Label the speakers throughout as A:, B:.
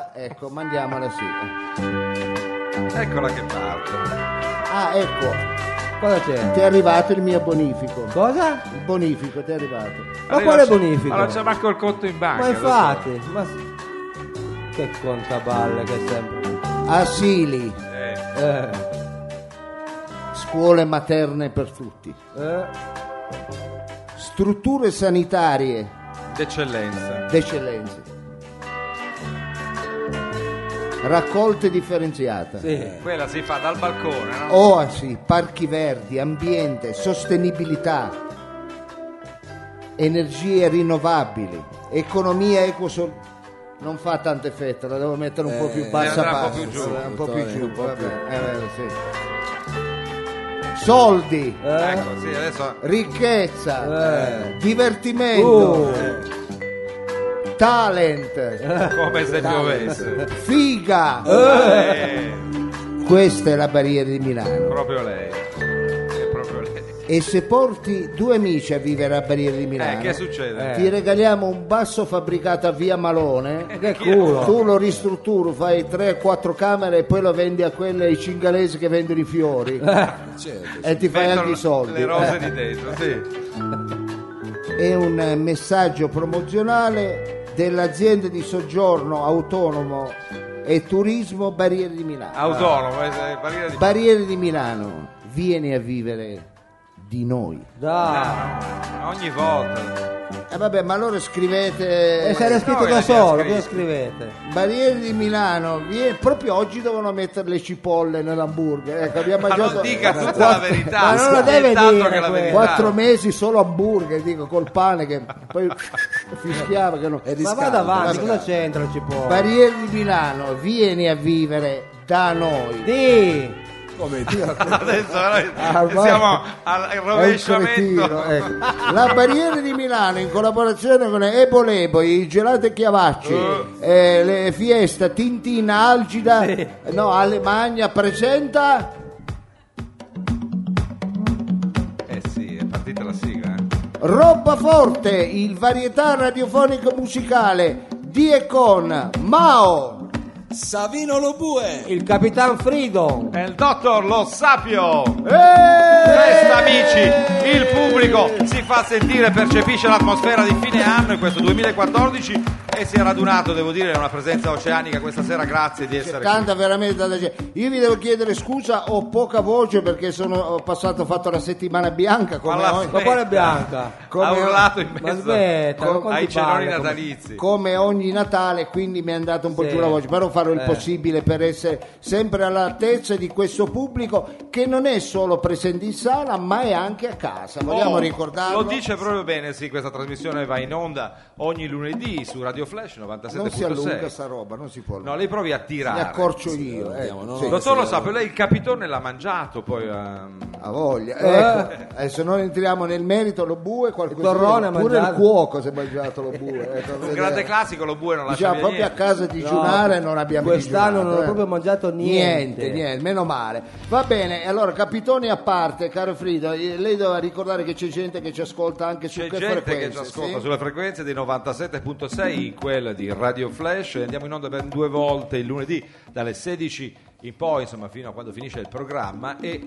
A: Ecco, mandiamola sì.
B: Eccola che parte.
A: Ah, ecco,
C: Cosa c'è?
A: ti è arrivato il mio bonifico.
C: Cosa?
A: Il bonifico ti è arrivato.
C: Ma quale bonifico?
B: Ma non c'è manco il conto in banca.
C: Ma infatti, che contaballe che sempre.
A: Asili,
B: Eh,
A: scuole materne per tutti, strutture sanitarie
B: d'eccellenza.
A: d'eccellenza, raccolte differenziate,
C: Sì.
B: Quella si fa dal balcone, no?
A: oasi, parchi verdi, ambiente, sostenibilità, energie rinnovabili, economia non fa tanto effetto, la devo mettere un po' più bassa,
B: andrà un po' più giù.
A: un po' più giù,
D: Un po' più.
A: sì. Soldi,
B: Ecco, sì, adesso
A: ricchezza, divertimento, talent,
B: come se piovesse.
A: figa.
B: Eh,
A: Questa è la Barriera di Milano.
B: proprio lei. È proprio lei.
A: E se porti due amici a vivere a Barriera di Milano,
B: Che succede?
A: ti regaliamo un basso fabbricato a via Malone.
C: Che culo.
A: Tu lo ristrutturi, fai 3-4 camere e poi lo vendi a quelle ai cingalesi che vendono i fiori
D: Certo.
A: e ti fai
B: Mettono
A: anche i soldi.
B: le rose di dentro, sì.
A: È un messaggio promozionale dell'azienda di soggiorno autonomo e turismo Barriere di Milano.
B: Autonomo, barriera di...
A: Barriere di Milano, vieni a vivere di noi.
C: Dai.
B: Ogni volta.
A: Vabbè, ma allora scrivete
C: E se era scritto
B: Noi
C: da
B: l'abbiamo
C: solo,
B: scritto.
C: cosa scrivete?
A: Barriere di Milano, proprio oggi devono mettere le cipolle nell'hamburger. Ecco, abbiamo
B: Ma
A: mangiato
B: non dica tutta la verità.
C: Ma non lo deve
B: Nient'altro
C: dire
B: che la
C: quello.
B: verità.
A: 4 mesi solo hamburger, dico, col pane che poi fischiava che non...
C: Ma vada avanti,
A: vabbè.
C: cosa c'entra ci può?
A: Barriere di Milano, vieni a vivere da noi.
C: Di.
D: Come Dio.
B: Adesso
A: ormai
B: siamo al
A: È un
B: rovesciamento.
A: cretino, ecco. La Barriera di Milano in collaborazione con Ebo Lebo, i gelati e chiavacci, le Fiesta, Tintina, Algida, no, Alemagna presenta
B: Sì, è partita la sigla.
A: Roba Forte, il varietà radiofonico musicale di e con Mao.
D: Savino Lobue.
C: Il Capitan Freedom.
B: È il dottor Lo Sapio.
A: Eh!
B: Festa amici, il pubblico si fa sentire, percepisce l'atmosfera di fine anno in questo 2014 e si è radunato, devo dire, una presenza oceanica questa sera, grazie di essere qui.
A: Tanta veramente tanta gente. Io vi devo chiedere scusa, ho poca voce perché ho fatto la settimana bianca come
B: Alla
A: ogni,
C: Ma quale bianca?
B: Ha
A: come-
B: urlato in
C: Ma
B: mezzo
C: aspetta, ma quanti
B: ai cenoni
C: palle,
B: natalizi.
A: come ogni Natale, quindi mi è andata un po'
C: Sì.
A: giù la voce, però farò il possibile per essere sempre all'altezza di questo pubblico che non è solo presente in sala ma è anche a casa, vogliamo ricordarlo?
B: Lo dice proprio bene, sì, questa trasmissione va in onda ogni lunedì su Radio Flash 97.6.
A: non si allunga sta roba, non si può
B: No, lei provi a
A: mi
B: tirare.
A: accorcio io,
D: no,
A: sì,
B: Dottor Lo Sapio, lei il capitone l'ha mangiato poi.
A: a voglia. Ecco, adesso non entriamo nel merito, lo bue qualcosa,
C: Torrone ha
A: pure il
C: mangiato.
A: cuoco si è mangiato lo bue, ecco,
B: Un
A: vedete.
B: grande classico, lo bue non lascia
A: Diciamo
B: via
A: proprio a
B: niente.
A: casa digiunare non abbiamo
C: Quest'anno
A: digiunato,
C: non ho proprio mangiato niente.
A: niente, meno male. Va bene, allora capitoni a parte, caro Frido, lei doveva ricordare che c'è gente che ci ascolta anche su
B: C'è
A: che
B: gente
A: frequenze,
B: che ci ascolta
A: sì?
B: sulle frequenze di 97.6, in quella di Radio Flash. Andiamo in onda ben 2 volte il lunedì dalle 16 in poi, insomma, fino a quando finisce il programma, e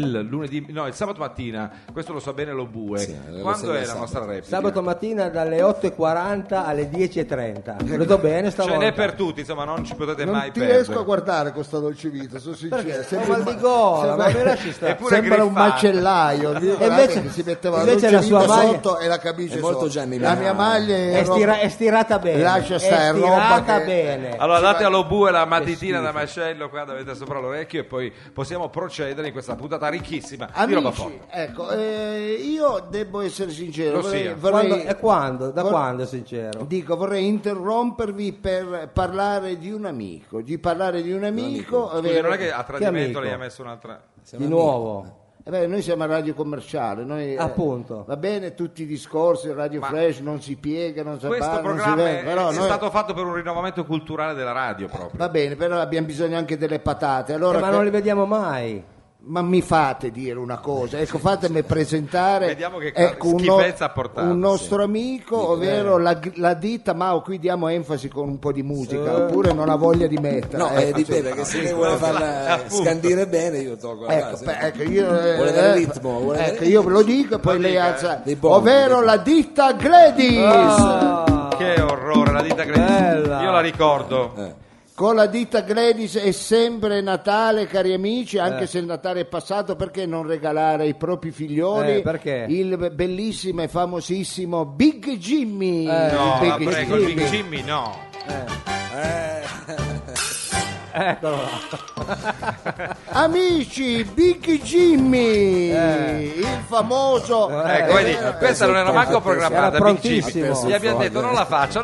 B: il sabato mattina, questo lo sa bene lo bue.
D: Sì, alle
B: Quando
D: 6
B: è
D: del
B: la nostra replica?
C: Sabato mattina dalle 8.40 alle 10.30. Ho detto bene
B: Ce
C: stavolta.
B: n'è per tutti, insomma, non ci potete
A: Non
B: mai
A: ti
B: perdere.
A: riesco a guardare con sta dolce vita, sono sincero.
C: Ho mal di gola, ma me lasci stare.
B: Eppure
A: Sembra un
B: griffata.
A: macellaio,
C: E invece-
A: che si metteva la
C: invece
A: dolce
C: la sua
A: vita
C: maglia-
A: sotto e la camicia
D: È molto
A: sotto.
D: Gianni
A: La mia
D: Milano.
A: maglia
C: È stirata bene.
A: Lascia stare,
C: è
A: roba
C: stirata
A: che-
C: bene.
B: Allora date allo bue la matitina da mascello qua da avete sopra l'orecchio e poi possiamo procedere in questa puntata ricchissima di roba
A: Amici,
B: forte.
A: ecco, io devo essere sincero,
B: Lo sia.
C: Quando? Da
A: vor-
C: quando, sincero?
A: Dico, vorrei interrompervi per parlare di un amico,
B: Scusi,
A: ovvero-
B: non è che a tradimento
C: amico?
B: lei ha messo un'altra.
C: Di nuovo?
A: noi siamo a radio commerciale, noi,
C: Appunto.
A: va bene tutti i discorsi, Radio Flash non si piega, non si
B: Questo
A: parla, non si
B: programma
A: vede, però
B: è
A: noi-
B: stato fatto per un rinnovamento culturale della radio proprio.
A: va bene, però abbiamo bisogno anche delle patate. Allora
C: Ma non li vediamo mai.
A: Ma mi fate dire una cosa, ecco, fatemi presentare
B: Vediamo che
A: ecco,
B: schifezza ha portato,
A: un nostro amico, ovvero la ditta, ma qui diamo enfasi con un po' di musica, oppure non ha voglia di mettere.
D: No, dipende, perché se lei vuole farla
B: appunto.
D: scandire bene, io tolgo la base.
A: Ecco, io,
D: Vuole dare ritmo, vuole dare
A: ecco, io ve lo dico e poi lei alza,
D: Dei bombi,
A: ovvero la ditta Gladys.
B: Che orrore, la ditta Gladys.
C: Bella.
B: Io la ricordo.
A: Con la ditta Gladys è sempre Natale, cari amici, anche se il Natale è passato, perché non regalare ai propri figlioli
C: perché?
A: il bellissimo e famosissimo Big Jimmy?
B: No, la
A: Big
B: prego, il
A: Jimmy.
B: Big Jimmy no.
C: Eccolo là.
A: Amici, Big Jimmy, il famoso.
B: Ecco, vedi, questa non era manco
C: Era
B: programmata, Big Jimmy.
C: prontissimo.
B: Gli abbiamo detto non la faccio.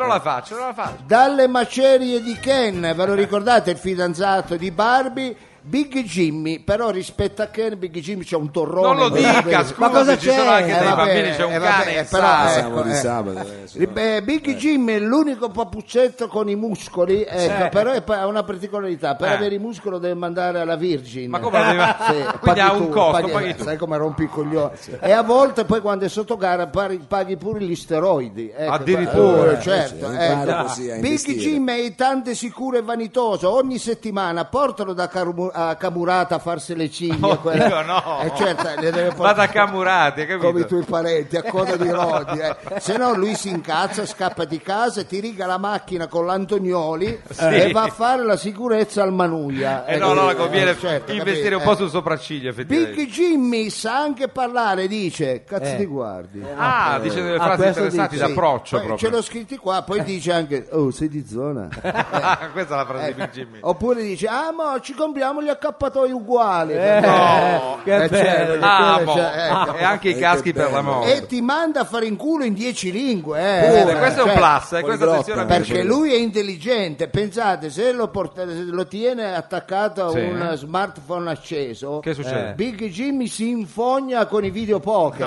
A: Dalle macerie di Ken, ve lo ricordate, il fidanzato di Barbie? Big Jimmy, però rispetto a Ken, Big Jimmy c'è un torrone.
B: Non lo dica,
A: veramente-
B: scusi,
C: Ma cosa
B: ci sono
C: c'è?
B: anche dei
A: vabbè,
B: bambini, c'è un
A: vabbè,
B: cane in
A: però,
B: sala.
D: Siamo di sabato adesso, no?
A: Big Jimmy è l'unico papuccetto con i muscoli, ecco, però ha una particolarità, per avere i muscoli deve mandare alla Virgin.
B: Ma come deve- quindi
A: paghi
B: ha un
A: tu,
B: costo, paghi tu.
A: sai come rompi i coglioni. E a volte poi quando è sotto gara paghi pure gli steroidi. Ecco,
B: Addirittura.
A: certo.
D: impara
A: ecco.
D: così a
A: Big
D: investire.
A: Jimmy è tante sicuro e vanitoso, ogni settimana portano da a Camurata a farsi le ciglia.
B: Oddio, no.
A: Certo, le deve
B: Vada a Camurati, hai
A: come i
B: capito?
A: tuoi parenti a coda di rodi, se no lui si incazza, scappa di casa, ti riga la macchina con l'Antonioli e va a fare la sicurezza al Manuia.
B: No, conviene
A: certo,
B: investire un
A: capito?
B: po' sul sopracciglio, effettivamente.
A: Big Jimmy sa anche parlare, dice cazzo ti guardi.
B: Dice delle frasi
C: questo
B: interessanti
C: dice.
B: d'approccio
A: Poi ce
B: proprio.
A: l'ho scritti qua, poi dice anche oh sei di zona.
B: Questa è la frase di Big Jimmy.
A: Oppure dice ma ci compriamo gli accappatoi uguali.
B: No.
C: Che bello.
A: ecco.
B: E anche i caschi per la moto.
A: E ti manda a fare in culo in 10 lingue.
B: Questo è un
A: Cioè,
B: plus, questa attenzione a Big
A: perché
B: Jimmy.
A: lui è intelligente, pensate, se lo tiene attaccato a
B: Sì.
A: un smartphone acceso,
B: Che succede?
A: Big Jimmy si infogna con i videopoker.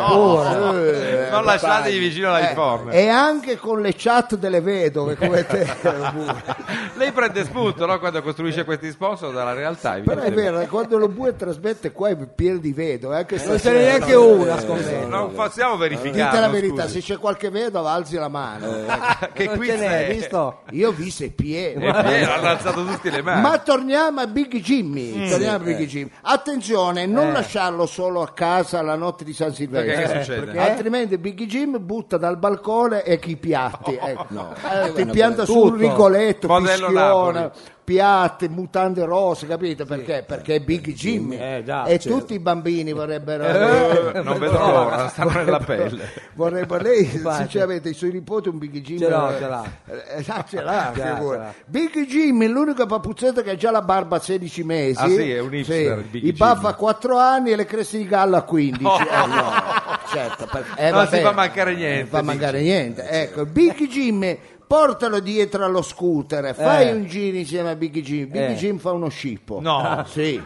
B: Non lasciategli vicino l'iPhone.
A: E anche con le chat delle vedove come te.
B: Lei prende spunto, no? Quando costruisce questi sponsor dalla realtà.
A: Però è
B: evidentemente.
A: vero, quando lo bue trasmette qua è pieno di vedove, anche
C: Non ce
A: stasera.
C: n'è neanche una, scommetto.
B: Non possiamo verificare.
A: Dite la verità, se c'è qualche vedova alzi la mano.
B: Che
C: Non
B: qui
C: ce n'è,
B: è.
C: visto?
A: Io ho visto è pieno.
B: È pieno, hanno alzato tutti le mani.
A: Ma torniamo a Big Jimmy. Torniamo a Big Jimmy. Attenzione, non lasciarlo solo a casa la notte di San Silvestro.
B: Perché che succede?
A: Altrimenti Big Jimmy butta dal balcone e chi piatti. Ecco.
D: No.
A: Ti pianta
C: Tutto.
A: sul rigoletto,
B: Modello
A: fischione,
B: Napoli.
A: piatte, mutande rosse, capite? Perché? Perché è Big Jimmy.
C: Già,
A: e tutti i bambini vorrebbero
B: Non vedo l'ora, stanno nella pelle.
A: vorrebbero lei sinceramente i suoi nipoti un Big Jimmy
C: Ce l'ha.
A: ce l'ha,
C: Ce l'ha,
A: figura.
C: ce l'ha.
A: Big Jimmy l'unico papuzzetto che ha già la barba a 16 mesi.
B: Ah, sì, è un hipster, il Big
A: i baffa
B: Jimmy.
A: a 4 anni e le creste di gallo a 15 no, certo,
B: Non
A: vabbè,
B: si fa mancare niente.
A: non fa mancare niente, ecco. Big Jimmy portalo dietro allo scooter, fai un giro insieme a Big Jimmy. Big Jimmy fa uno scippo.
B: No.
A: Sì,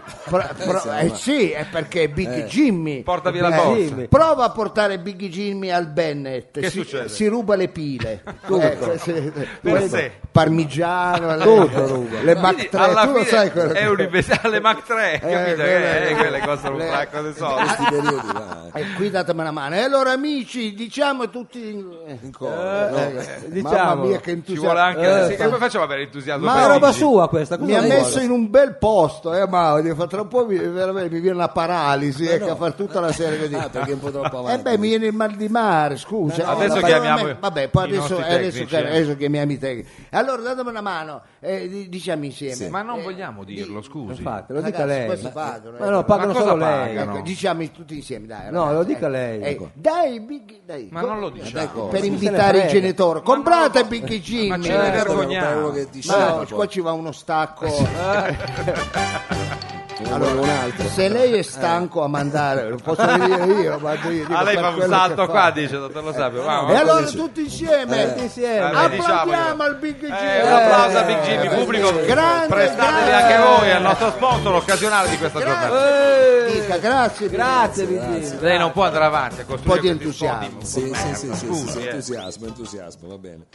A: sì, è perché è Big Jimmy.
B: Porta via la
A: Eh,
B: borsa.
A: Prova a portare Big Jimmy al Bennett.
B: Che
A: si,
B: succede?
A: si ruba le pile. Ecco,
B: Per sé.
A: Parmigiano,
C: Tutto
A: le Mac
B: Quindi,
A: 3,
B: alla
A: tu lo
B: fine
A: sai quello
B: è le Mac 3, capito? Quelle costano un
A: le-
B: sacco di soldi.
D: Questi periodi là,
A: Qui datemi una mano. E allora amici, diciamo tutti
D: in coro, no?
C: Diciamo.
A: mamma mia che
B: Ci
A: entusiasmo.
B: vuole anche. Sì, come facciamo ad avere entusiasmo?
A: Ma
B: per
C: È roba
B: Gigi?
C: sua questa, cosa
A: Mi ha
C: vuole?
A: messo in un bel posto, Mauro. Tra un po' veramente mi viene una paralisi, a fare tutta la serie così.
D: Perché è un po' troppo avanti.
A: Mi viene il mal di mare, scusa.
B: Adesso
A: Vabbè,
B: chiamiamo
A: vabbè, poi
B: i nostri tecnici,
A: adesso chiamiamo i tecnici. Allora datemi una mano, diciamo insieme.
B: Ma non vogliamo dirlo, scusi.
C: Infatti, lo dica
A: Ragazzi,
C: lei.
A: poi si pagano,
C: Ma no, pagano
B: Ma cosa
C: solo lei.
B: pagano?
A: Ecco, diciamo tutti insieme, dai.
C: No,
A: ragazzi,
C: lo dica lei.
A: Dai, dai.
B: Ma non lo diciamo.
A: Per
C: se ne
A: invitare i
C: frega.
A: genitori. Comprate Big
B: Ma
A: Jimmy.
B: ce ne vergogniamo.
D: Uno che ti
A: Ma
D: scende,
A: no,
D: poi.
A: qua ci va uno stacco.
D: Allora, un altro.
A: Se lei è stanco a mandare, lo posso dire io, mando io. dico,
B: Ah, lei
A: per
B: fa un
A: quello
B: salto
A: che
B: qua,
A: fa.
B: dice, dottor Lo Sapio.
A: E allora tutti insieme,
C: Insieme.
A: applaudiamo al Big Jimmy.
B: Un applauso a Big Jimmy, pubblico.
A: Grande,
B: Prestatevi
A: grande.
B: anche voi al nostro sponsor occasionale di questa giornata.
A: Dica, grazie.
C: Grazie, Virginia.
B: Lei non può andare avanti a costruire
A: Un po' di
B: questi
A: entusiasmo.
B: sfondi.
D: Sì,
B: Scusi,
D: entusiasmo, va bene.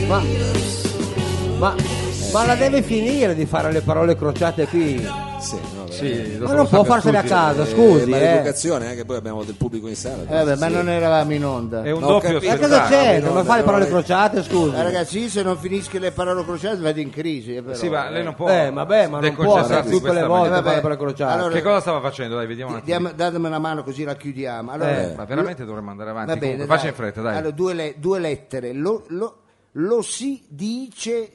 C: Ma la deve finire di fare le parole crociate qui.
D: Sì, no,
B: Sì,
C: Ma non può farsene a casa, scusi.
D: maleducazione, che poi abbiamo del pubblico in sala.
A: Ma non eravamo in onda.
B: È un
D: No,
B: doppio
D: capito.
C: Ma cosa
B: spettacolo.
C: c'è?
D: no,
C: Non fa le
D: no,
C: parole
D: no,
C: crociate, scusi.
A: Ragazzi, se non finisci le parole crociate vado in crisi. Però.
B: Sì, ma lei non può
C: Vabbè, ma non può
B: deconcentrarsi
C: fare
B: in
C: tutte le
B: questa
C: volte
B: maniera.
C: fare le parole crociate.
A: Allora,
B: Che cosa stava facendo? Dai, vediamo un attimo.
A: Datemi una mano così la chiudiamo. Allora,
B: Ma veramente dovremmo andare avanti.
A: va bene,
B: Comunque, faccia
A: dai.
B: in fretta, dai.
A: Allora, due lettere. Lo si dice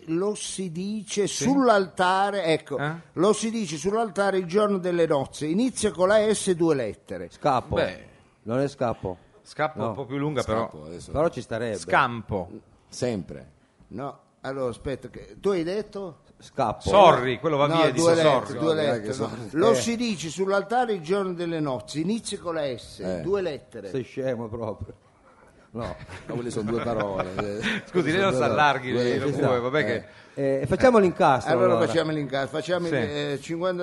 A: sull'altare, ecco, lo si dice sull'altare il giorno delle nozze. Inizia con la S, due lettere.
C: Scappo.
B: Beh.
C: Non è scappo.
B: Scappo un po' più lunga, però.
D: Adesso.
C: Però ci starebbe.
B: Scampo.
D: Sempre.
A: No, allora aspetta, tu hai detto?
C: Scappo.
B: Sorry, quello va via di
A: due lettere,
B: sorry.
A: due
D: Dai,
A: lettere.
D: che sono-
A: Lo si dice sull'altare il giorno delle nozze. Inizia con la S, due lettere.
C: Sei scemo proprio. No.
D: Ma quelle sono due parole.
B: Scusi, lei non si allarghi, lei non può, vabbè che...
C: Facciamo l'incastro.
A: Allora facciamo l'incasso, facciamo
B: Sì.
A: il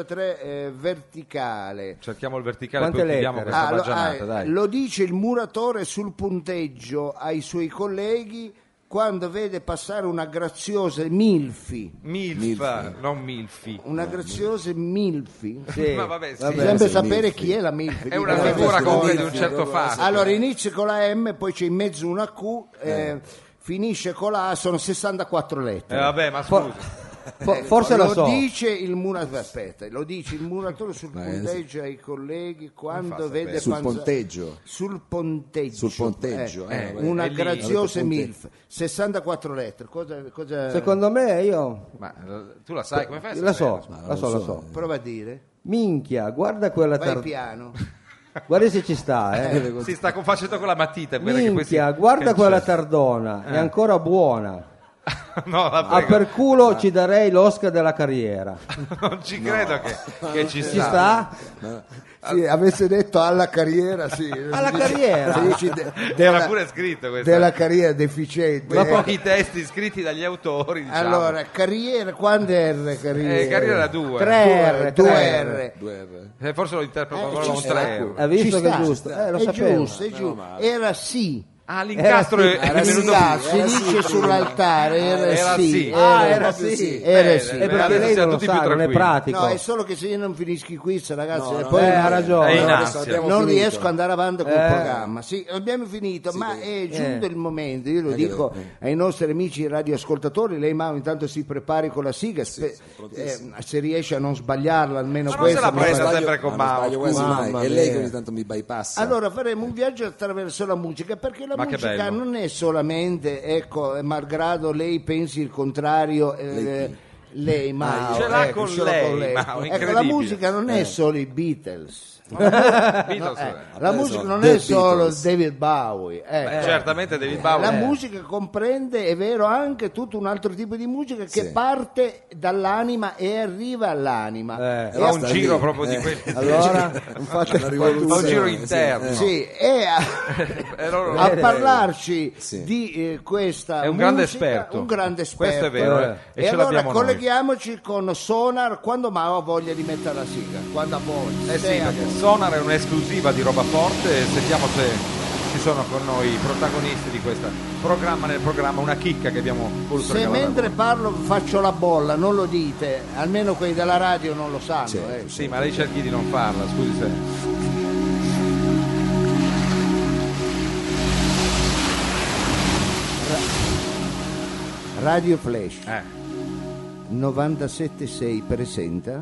A: 53 verticale.
B: Cerchiamo il verticale,
C: Quante
B: poi chiudiamo
C: lettere?
B: questa baggianata, dai.
A: Lo dice il muratore sul punteggio ai suoi colleghi quando vede passare una graziosa Milfi.
B: Milf, non Milfi.
A: Una graziosa Milfi.
C: Sì.
B: Ma vabbè, sì.
A: Bisogna
D: sì,
A: sapere
D: Milfi.
A: chi è la Milfi.
B: È una
A: Dico,
B: figura
A: eh,
B: comunque di un
D: Milfi,
B: certo
D: proprio-
B: fascino.
A: Allora inizia con la M, poi c'è in mezzo una Q, finisce con la A, sono 64 lettere.
B: Vabbè, ma scusi.
C: Forse lo so.
A: Dice il lo dice il muratore sul punteggio ai colleghi quando vede
D: Sul
A: passare-
D: ponteggio.
A: sul ponteggio,
D: Sul ponteggio, vabbè.
A: una
B: È lì.
A: graziosa
D: Avete
A: MILF, 64 lettere. Cosa
C: Secondo me io
B: Ma tu la sai come fai? a
C: la
B: saperlo?
C: so, la so.
A: prova a dire?
C: Minchia, guarda quella
A: Vai piano.
C: Guarda se ci sta,
B: Si sta facendo con la matita. Guarda che poi si
C: Minchia, guarda quella
B: cancella.
C: tardona, è ancora buona.
B: No, la
C: A
B: prego.
C: per culo ci darei l'Oscar della carriera.
B: Non ci credo che ci
C: Ci sta?
A: Sì, avesse detto alla carriera, sì.
C: Alla carriera.
A: Sì, dici
B: Era pure scritto questo.
A: della carriera deficiente.
B: Ma pochi testi scritti dagli autori, diciamo.
A: Allora, carriera, quando R carriera?
B: Carriera 2.
C: 3 R,
A: 2 R.
D: 2R.
B: Forse lo interpreto ancora
A: ci
B: un
A: sta.
B: 3.
C: Ha visto
A: Ci
C: che
A: sta,
C: è giusto? Lo
A: è
C: sapevo.
A: giusto, è giusto. Era sì.
B: Ah, l'incastro è
A: Era
B: venuto
A: si dice sull'altare, era sì.
C: Era sì.
A: Era
B: Bene,
A: sì.
C: E perché
B: adesso
C: lei
B: siamo
C: non lo
B: tutti
C: sa,
B: più
C: non è
B: tranquilli.
C: pratico.
A: No, è solo che se io non finisco i quiz, ragazzi,
D: No,
A: e
D: no,
A: poi
C: ha ragione.
B: È in
D: Adesso
B: ansia.
D: abbiamo
A: non
D: finito.
A: riesco ad andare avanti col programma. Sì, abbiamo finito, ma è giunto il momento, io lo dico ai nostri amici radioascoltatori, lei Mao intanto si prepari con la sigla, se riesce a non sbagliarla almeno
B: Ma non se
A: questa.
B: la prenda
A: non-
B: sempre con
D: Ma non
B: Mao.
D: sbaglio quasi
C: scusa.
D: mai.
C: Mamma
D: È lei
C: mia.
D: che ogni tanto mi bypassa.
A: Allora faremo un viaggio attraverso la musica, perché la
B: Ma che
A: musica
B: bello.
A: non è solamente, ecco, malgrado lei pensi il contrario, lei Mao,
B: ce l'ha
A: ecco,
B: con
A: solo
B: lei, Mao,
A: Ecco, la
B: incredibile.
A: musica non è solo i Beatles.
B: Beatles,
A: La musica non
D: The
A: è solo
D: Beatles.
A: David Bowie, ecco.
B: certamente David Bowie.
A: La musica comprende, è vero, anche tutto un altro tipo di musica che parte dall'anima e arriva all'anima.
B: Fa un
D: sta
B: giro
D: lì.
B: proprio di quelli.
C: Allora,
A: Infatti,
D: La rivoluzione.
B: Fa un giro
D: sì.
B: interno.
A: sì, e
B: E loro-
A: a parlarci
D: Sì.
A: di questa
B: È un grande
A: musica,
B: esperto.
A: un grande esperto.
B: Questo è vero,
A: E
B: e ce
A: allora
B: l'abbiamo noi.
A: colleghiamoci con Sonar quando Mao ha voglia di mettere la sigla, quando ha voglia.
B: Sì, perché Sonar è un'esclusiva di roba forte, sentiamo se ci sono con noi i protagonisti di questo programma, nel programma una chicca che abbiamo voluto
A: Se
B: regalare.
A: mentre parlo faccio la bolla, non lo dite, almeno quelli della radio non lo sanno.
B: Sì, ma lei cerchi di non farla, scusi se...
A: Radio Flash 97.6 presenta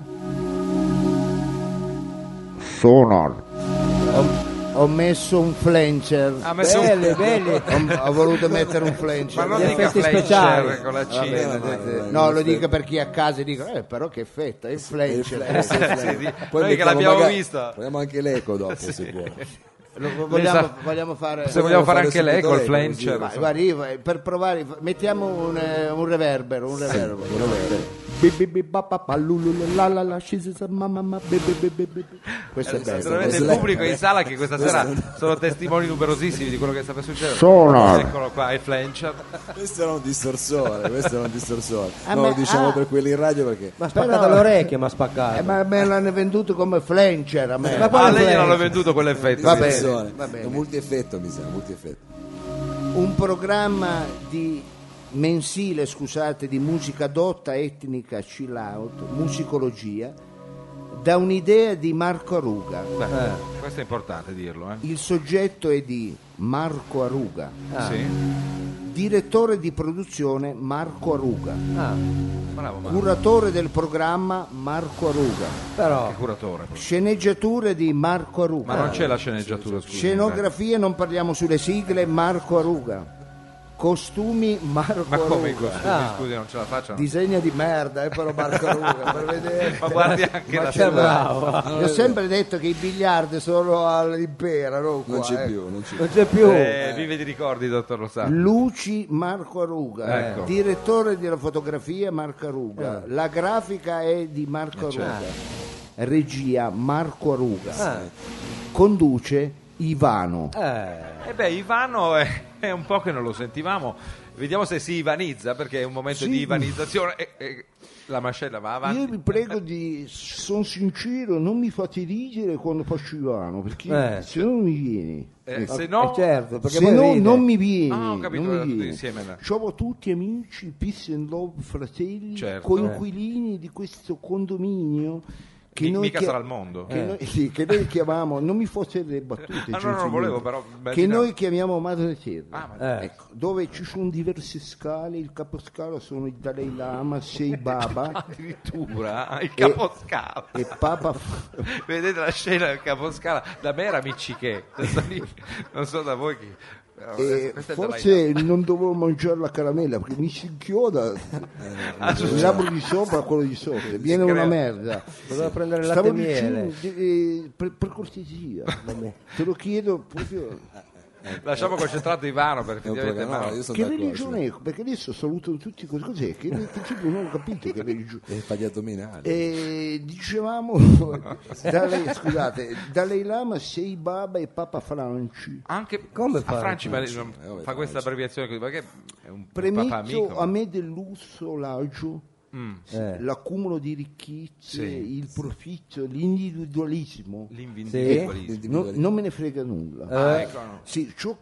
A: Sonar. Ho messo un flancher.
B: Ha messo
C: belli, belli.
A: Ho voluto mettere un flancher.
B: Ma non
C: Gli
B: dica
C: effetti
B: flancher
C: speciali.
B: con la C.
A: No, lo dico per chi è a casa e dico, però che fetta, il flancher.
B: Sì,
D: Poi
B: noi che
D: mettiamo
B: l'abbiamo
D: magari-
B: vista.
D: Proviamo anche l'eco dopo, se può.
A: Vogliamo fare...
B: Se vogliamo fare
D: fare
B: anche lei
D: subito
B: col
D: lei,
B: flancher.
A: Ma, guarda, io, per provare, mettiamo un reverbero. Questo è bello.
B: Naturalmente il pubblico in sala che questa sera sono testimoni numerosissimi di quello che sta per succedere.
A: Sonar.
B: Eccolo qua, il flancher.
D: Questo era un distorsore,
A: Ah,
D: No,
A: ma-
D: lo diciamo
A: ah.
D: per quelli in radio perché
C: Ma ha spaccato le orecchie, ma ha spaccato.
A: Ma me l'hanno venduto come flancher a me.
C: Ma poi
B: Ah,
C: il
B: lei gliel'hanno
C: flancher.
B: venduto quell'effetto.
A: Va bene,
D: persone.
A: va bene.
D: È un multieffetto, mi sa, multieffetto.
A: Un programma di mensile, scusate, di musica dotta, etnica, chill out, musicologia, da un'idea di Marco Aruga.
B: Questo è importante dirlo,
A: Il soggetto è di Marco Aruga,
B: Sì.
A: direttore di produzione Marco Aruga,
B: Bravo, ma
A: curatore del programma Marco Aruga,
C: Però
B: che curatore.
A: sceneggiature di Marco Aruga,
B: Ma non c'è la sceneggiatura, scusi.
A: scenografie, non parliamo sulle sigle, Marco Aruga, costumi Marco
B: Ma come i
A: Aruga,
B: costumi, scusi, non ce la facciano?
A: disegna di merda, però Marco Aruga, per vedere.
B: Ma guardi anche la
C: c'è bravo.
A: Io ho sempre detto che i biliardi sono all'Impera, no?
D: Non
A: Qua,
D: c'è più, non c'è più.
C: Non c'è più.
B: vive di ricordi, dottor Lo Sapio.
A: Luci Marco Aruga,
B: Ecco.
A: direttore della fotografia Marco Aruga, la grafica è di Marco Aruga, regia Marco Aruga, conduce Ivano.
B: Ivano è un po' che non lo sentivamo. Vediamo se si ivanizza, perché è un momento
A: Sì.
B: di ivanizzazione. La mascella va avanti.
A: Io vi prego sono sincero, non mi fate ridere quando faccio Ivano, perché se no non mi vieni.
B: Se no,
C: certo, perché
A: Se
C: poi
A: no
C: ride.
A: non mi vieni,
B: Ah, ho capito,
A: non mi
B: tutti
A: vieni.
B: insieme.
A: Ciao a tutti amici, peace and love, fratelli,
B: Certo.
A: coinquilini di questo condominio che
B: mica sarà il mondo.
A: che noi chiamiamo, non mi fosse le battute,
B: Ah, no, non volevo, però
A: che
B: immaginavo.
A: noi chiamiamo Madre Terra.
B: Ah, ma-
A: Ecco, dove ci sono diverse scale, il caposcala sono il Dalai Lama, Sei Baba
B: Addirittura il caposcala.
A: e Papa
B: Vedete la scena del caposcala? Da me era Miccichè. Non so da voi chi. Però, questo è il
A: forse non dovevo mangiare la caramella perché mi si inchioda il labbro di sopra a quello di sotto, viene
B: crea-
A: una merda.
C: Doveva prendere il latte
A: Stavo
C: e miele.
A: dicendo, per cortesia, te lo chiedo proprio.
B: Lasciamo concentrato Ivano, perché
D: È un
B: effettivamente
D: programma, no,
B: Ivano-
D: io sono
A: Che
D: d'accordo.
A: religione è? Perché adesso salutano tutti cos'è? Che principio non ho capito che religione.
D: È fagli addominali.
A: Dicevamo scusate, Dalai Lama, Sei Baba e Papa Franci.
B: anche
C: Come
B: a
C: fa?
B: Franci ma non fa questa abbreviazione così, perché è un papà
A: Premetto
B: amico.
A: a me del lusso, l'agio, l'accumulo di ricchezze,
B: Sì.
A: il profitto, l'individualismo.
B: L'individualismo.
A: Non me ne frega nulla.
B: Ecco, no.
A: Sì, ciò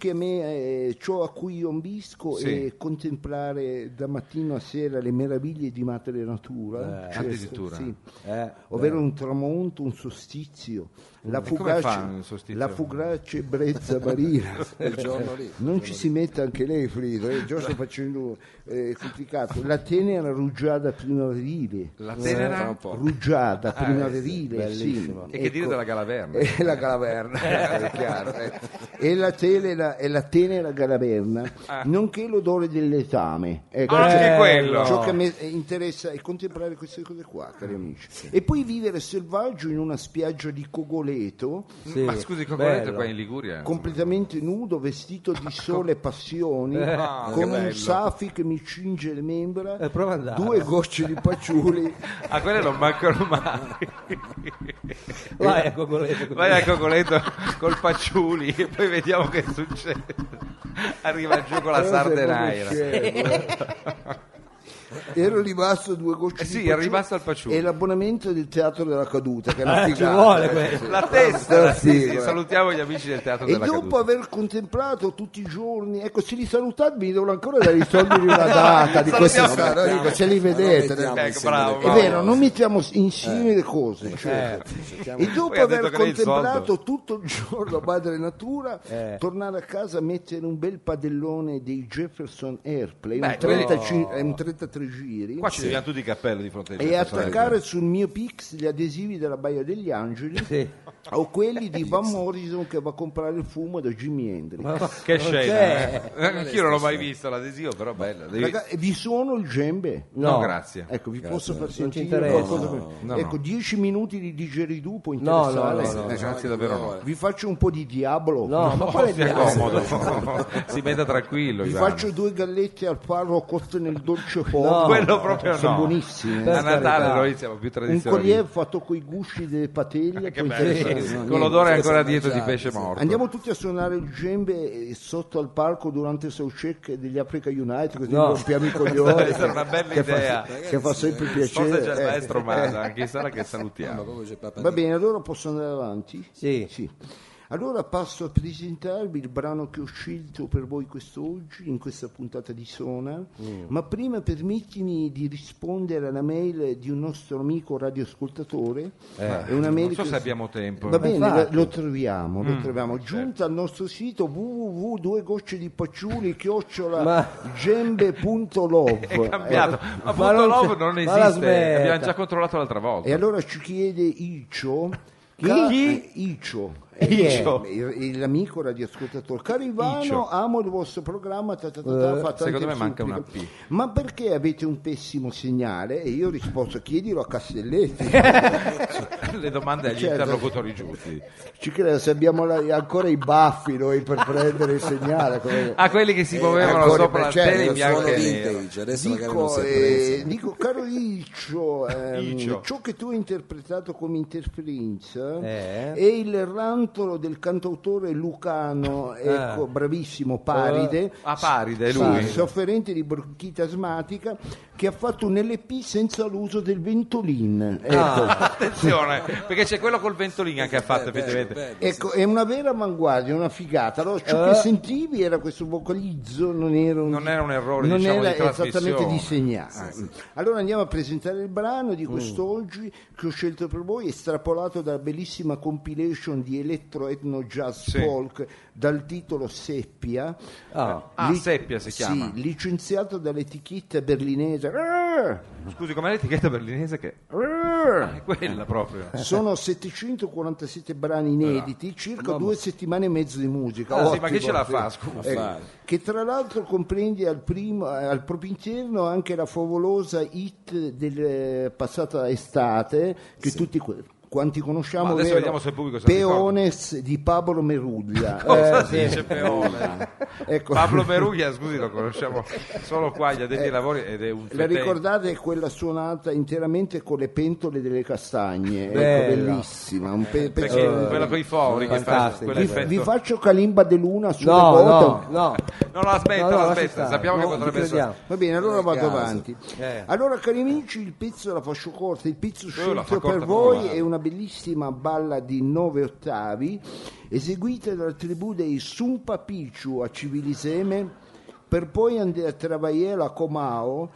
A: a cui io ambisco
B: Sì.
A: è contemplare da mattino a sera le meraviglie di madre natura,
B: addirittura.
A: sì. Ovvero un tramonto, un solstizio, la
B: come fa
A: fugace,
B: un solstizio?
A: la fugace brezza marina.
D: Quel giorno lì.
A: Non ci si mette anche lei, Frido, già sto facendo complicato. La tenera rugiada primaverile.
B: La
D: Fra
B: tenera
D: un po'.
A: Rugiada primaverile, sì.
B: e che dire della Galaverna?
A: E la Galaverna, è chiaro. E la tenera Galaverna, nonché l'odore del letame. Ecco,
B: Anche quello.
A: Ciò che mi interessa è contemplare queste cose qua, cari amici. E poi vivere selvaggio in una spiaggia di Cogoleto,
B: Ma scusi, Cogoleto
C: bello.
B: qua in Liguria?
A: completamente nudo, vestito di sole e passioni,
B: che
A: con un
B: bello.
A: safi che mi cinge le membra,
C: prova ad andare.
A: 2 gocce di paciuli.
B: A quelle non mancano mai.
C: Vai a Cogoleto.
B: Vai a Cogoleto col Pacciuli e poi vediamo che succede. Arriva giù con la sardenaira.
A: Ero rimasto 2 gocce
B: Sì,
A: di
B: è rimasto al Pacciuli.
A: e l'abbonamento del teatro della caduta che è una
C: Ci
A: figata.
C: vuole questo.
B: La testa,
A: Sì,
B: sì,
A: guarda.
B: salutiamo gli amici del Teatro
A: E
B: della
A: dopo
B: Caduta.
A: aver contemplato tutti i giorni, ecco, se li salutate mi devono ancora dare i soldi di una data di questa
B: Salutiamo.
A: sera, dico, se li vedete.
D: mettiamo
B: Ecco,
D: insieme
B: bravo,
D: le
A: È
B: bravo.
A: vero, non mettiamo insieme le cose. cioè. E dopo
B: Poi ha detto
A: aver
B: che lei il
A: contemplato tutto il giorno Madre Natura, tornare a casa, mettere un bel padellone dei Jefferson Airplane,
B: Beh,
A: un 35 un 33 giri,
B: Qua ci vediamo tutti i cappelli di fronte ai
A: e
B: Jefferson
A: attaccare sul mio Pix gli adesivi della Baia degli Angeli
C: Sì.
A: o quelli di Van Morrison che va a comprare il fumo da Jimi Hendrix.
B: Che
C: Non
B: scena!
C: c'è.
B: Anch'io non l'ho mai visto l'adesivo, però bello. Devi-
A: Ragazzi, vi suono il djembe?
B: No, grazie.
A: Ecco, vi posso far
C: ci
A: sentire
C: interessa.
A: qualcosa?
B: No,
A: ecco,
B: no.
A: 10 minuti di digeridù può
C: No,
A: interessare.
C: no.
B: Grazie davvero no.
A: Vi faccio un po' di Diablo.
C: No, ma quale
B: Sia
C: diavolo?
B: comodo. Si metta tranquillo.
A: Vi
B: Ivano.
A: faccio 2 gallette al farro cotte nel dolce fuoco.
C: No.
B: Quello proprio no.
A: Sono buonissime.
C: Per
B: A Natale
C: carità.
B: noi siamo più
A: Un
B: tradizionali.
A: collier fatto con i gusci delle patiglie.
B: Che
A: può
B: bello.
A: interessare.
B: Con l'odore ancora
D: Niente,
B: dietro di
D: mangiare,
B: pesce
D: sì.
B: morto.
A: Andiamo tutti a suonare il djembe sotto al palco durante il soundcheck degli Africa United, così
C: No.
A: rompiamo i coglioni.
B: Questa è una bella
A: che fa-
B: idea.
A: che fa sempre piacere.
B: Forse c'è il
A: Eh,
B: maestro Masa, anche in sala che
D: Ma
B: salutiamo.
D: proprio c'è Papa
A: Va bene, allora posso andare avanti?
C: Sì.
A: Sì. Allora passo a presentarvi il brano che ho scelto per voi quest'oggi, in questa puntata di Sonar, ma prima permettimi di rispondere alla mail di un nostro amico radioascoltatore. È una mail
B: Non so se abbiamo tempo.
A: Va bene,
C: infatti.
A: lo troviamo. Giunta al nostro sito www.gembe.love.
B: È cambiato, ma
C: Ma non
B: Love
C: c'è-
B: non
C: ma la
B: esiste,
C: smetta.
B: abbiamo già controllato l'altra volta.
A: E allora ci chiede Icio. Icio.
B: Icio.
A: L'amico radioascoltatore. Caro Ivano,
B: Icio.
A: amo il vostro programma. Fa tante
B: secondo me manca una
A: suppliche.
B: P.
A: Ma perché avete un pessimo segnale? E io ho risposto: chiedilo a Castelletti.
B: Le domande agli
A: Certo.
B: interlocutori giusti.
A: Ci credo, se abbiamo ancora i baffi noi per prendere il segnale.
B: Quelli che si muovevano
A: ancora
B: sopra la
A: certo,
B: tele in
D: Lo
B: bianco
D: suono
B: e nero.
D: vintage, adesso magari non
A: Dico,
D: si apprezza.
A: caro Iccio,
B: Iccio.
A: ciò che tu hai interpretato come interferenza
C: Eh?
A: è il rantolo del cantautore lucano, ecco, bravissimo, Paride.
B: Paride, è
A: Sì,
B: lui.
A: sofferente di bronchite asmatica, che ha fatto un LP senza l'uso del Ventolin. Ecco.
B: Attenzione, perché c'è quello col Ventolin che ha fatto effettivamente.
A: Ecco, è una vera avanguardia, una figata. Allora, ciò che sentivi era questo vocalizzo, non era un
B: errore,
A: non
B: diciamo,
A: era
B: di trasmissione.
A: esattamente disegnato. Allora andiamo a presentare il brano di quest'oggi che ho scelto per voi, estrapolato dalla bellissima compilation di electro etno jazz
B: Sì.
A: folk dal titolo Seppia.
B: Seppia si chiama.
A: Sì, licenziato dall'etichetta berlinese.
B: Scusi, com'è l'etichetta berlinese che è quella proprio?
A: Sono 747 brani inediti, circa 2 settimane e mezzo di musica.
B: Sì, ma chi ce la fa,
A: sì.
B: scusa?
A: Che tra l'altro comprende al proprio interno anche la favolosa hit del passata estate che tutti quanti conosciamo,
B: Ma adesso
A: ovvero
B: vediamo se il pubblico se la ricorda.
A: Peones di Pablo Meruglia.
B: Cosa dice Peone?
A: Ecco.
B: Pablo Meruglia, scusi, lo conosciamo solo qua, gli addetti ai lavori ed è un
A: La
B: fetente.
A: ricordate è quella suonata interamente con le pentole delle castagne, ecco,
C: Bella.
A: bellissima, un
B: Perché
A: pezzo.
B: quella con i fori che fa
C: fantastico.
B: quell'effetto.
A: Vi faccio Calimba de Luna sulle
C: No,
A: bota.
C: no.
B: No, aspetta,
C: No, lasci
B: aspetta,
C: stare.
B: sappiamo che
C: No,
B: potrebbe
C: ci
B: essere.
C: crediamo.
A: Va bene, allora vado
D: caso.
A: avanti. Allora, cari amici, il pezzo la faccio corta. Il pezzo
B: la
A: scelto
B: fa corta
A: per voi
B: male.
A: è una bellissima balla di 9 ottavi, eseguita dalla tribù dei Sumpa Picchu a Civiliseme, per poi andare a travagliare a Comao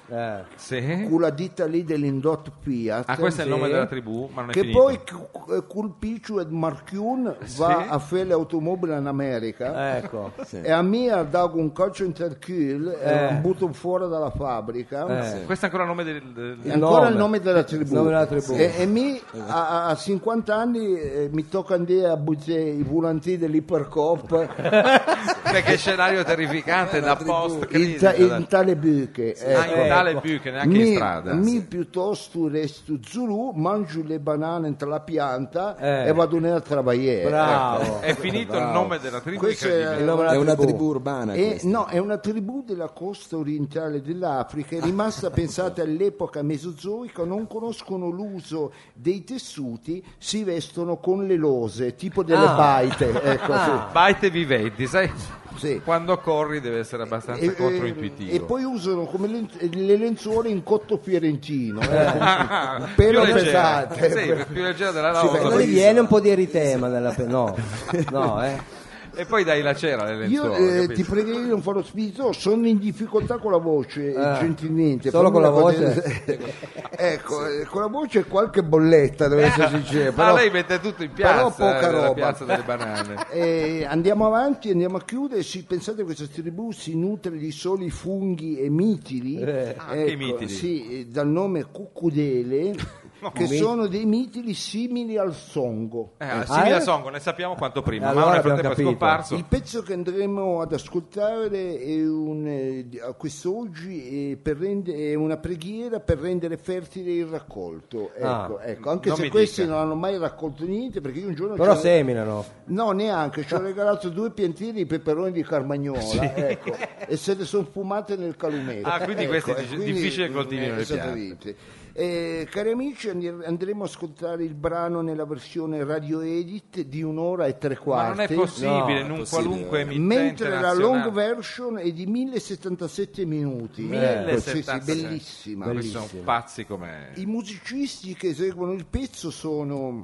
B: Sì.
A: con la ditta lì dell'Indot Fiat.
B: Questo è il nome
C: Sì.
B: della tribù, ma non è
A: Che
B: finito.
A: poi col Picchu e Marchiun va a fare le automobili in America.
C: Ecco.
A: E a me ha dato un calcio in tercul e un butto fuori dalla fabbrica.
B: Questo è ancora il nome
A: È ancora
C: nome.
A: il nome della tribù.
C: Il nome della tribù.
A: E mi a 50 anni mi tocca andare a buttare i volanti dell'Ipercop
B: perché scenario terrificante da post
A: in tale buche.
B: in tale buche, neanche in strada.
A: Mi piuttosto resto Zulu, mangio le banane tra la pianta e vado a travagliare.
C: Bravo.
B: È finito il nome della tribù.
A: Questo è-
B: incredibile.
C: Il nome
D: È
C: della
D: una
C: tribù.
D: tribù urbana
A: E,
D: questa.
A: no, è una tribù della costa orientale dell'Africa, è rimasta pensata all'epoca mesozoica, non conoscono l'uso dei tessuti, si vestono con le lose, tipo delle baite. Ecco, sì.
B: Baite viventi, sai?
A: Sì.
B: Quando corri deve essere abbastanza controintuitivo.
A: E poi usano come le lenzuola in cotto fiorentino,
B: Più
A: pelo
B: leggera.
A: pesante.
B: Sì, più leggera della
A: Sì,
B: loro.
C: Non gli viene un po' di eritema nella no, no,
B: E poi dai la cera alle
A: Io
B: lenzuola.
A: ti pregherei di non farlo spirito, sono in difficoltà con la voce, gentilmente.
C: Solo
A: Fammi
C: con la
A: una
C: voce?
A: Ecco, con la voce qualche bolletta, devo essere sincero. Però,
B: lei mette tutto in piazza,
A: però poca
B: nella
A: roba.
B: piazza delle banane.
A: Andiamo avanti, andiamo a chiudere. Pensate che questa tribù si nutre di soli funghi e mitili,
B: anche i mitili.
A: sì, dal nome cuccudele, che sono dei mitili simili al songo.
B: Simile a Songo, ne sappiamo quanto prima,
C: Allora
B: ma nel
C: abbiamo
B: frattempo è
C: capito.
B: scomparso.
A: Il pezzo che andremo ad ascoltare è a quest'oggi è una preghiera per rendere fertile il raccolto. Ecco, anche
B: non
A: se
B: mi
A: questi
B: dica.
A: non hanno mai raccolto niente, perché io un giorno
C: però
A: ci ho-
C: seminano.
A: No, neanche, ci ho regalato 2 piantini di peperoni di Carmagnola, ecco, e se ne sono fumate nel calumetto.
B: Quindi questo è
A: e quindi,
B: difficile che coltivino le piante.
A: esattamente. Cari amici, andremo a ascoltare il brano nella versione radio edit di 1 ora e 3
B: Ma
A: quarti.
B: non è possibile, in un
D: possibile.
B: qualunque emittente
A: Mentre la
B: nazionale.
A: long version è di 1077 minuti.
B: 1077.
A: Sì, bellissima.
B: Questi sono pazzi come
A: I musicisti che eseguono il pezzo sono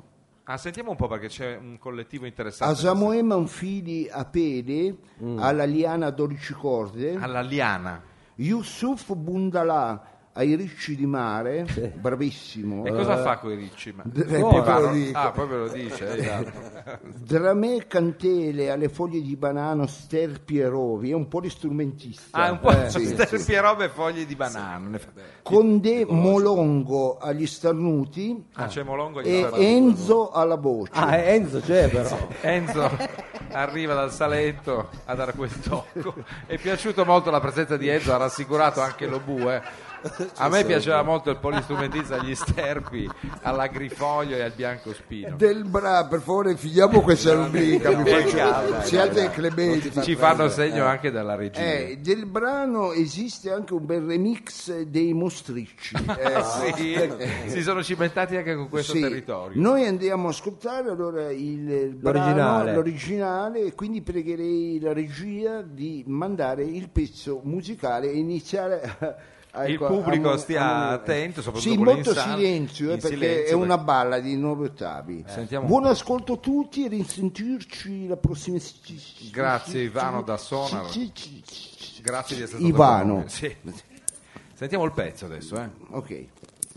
B: Sentiamo un po' perché c'è un collettivo interessante.
A: A Samoema un fili a pede, alla liana 12 corde,
B: Alla liana.
A: Yusuf Bundalà ai ricci di mare, bravissimo.
B: E cosa fa con i ricci?
A: proprio lo dico.
B: Proprio lo dice. Esatto.
A: Dramè cantele alle foglie di banano, sterpi e rovi, è un po' di strumentista.
B: Un po' sterpi e robe e foglie di banano.
A: Condé Molongo agli starnuti
B: C'è Molongo
A: e Enzo alla voce.
C: Enzo c'è però.
B: Enzo arriva dal Salento a dare quel tocco. È piaciuto molto la presenza di Enzo, ha rassicurato anche lo Bue. A me piaceva molto il polistrumentista agli sterpi, all'agrifoglio e al biancospino.
A: Per favore finiamo questa rubrica, siate clementi.
B: Ci fanno segno anche dalla regia.
A: Del brano esiste anche un bel remix dei Mostricci.
B: Si sono cimentati anche con questo territorio.
A: Noi andiamo a ascoltare allora il brano, l'originale, e quindi pregherei la regia di mandare il pezzo musicale e iniziare
B: il pubblico stia attento, soprattutto con
A: molto silenzio, perché
B: silenzio,
A: è una balla di 9 ottavi. Buon ascolto a tutti e risentirci la prossima.
B: Grazie Ivano da Sonar. Grazie di essere stato
A: Ivano.
B: con noi. Sì. Sentiamo il pezzo adesso,
A: Ok.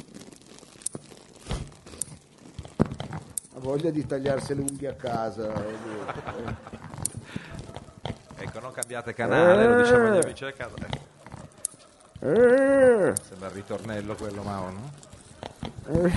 A: Ha voglia di tagliarsi le unghie a casa.
B: Ecco, non cambiate canale, lo diciamo agli amici a casa. Sembra il ritornello quello, Mao, no?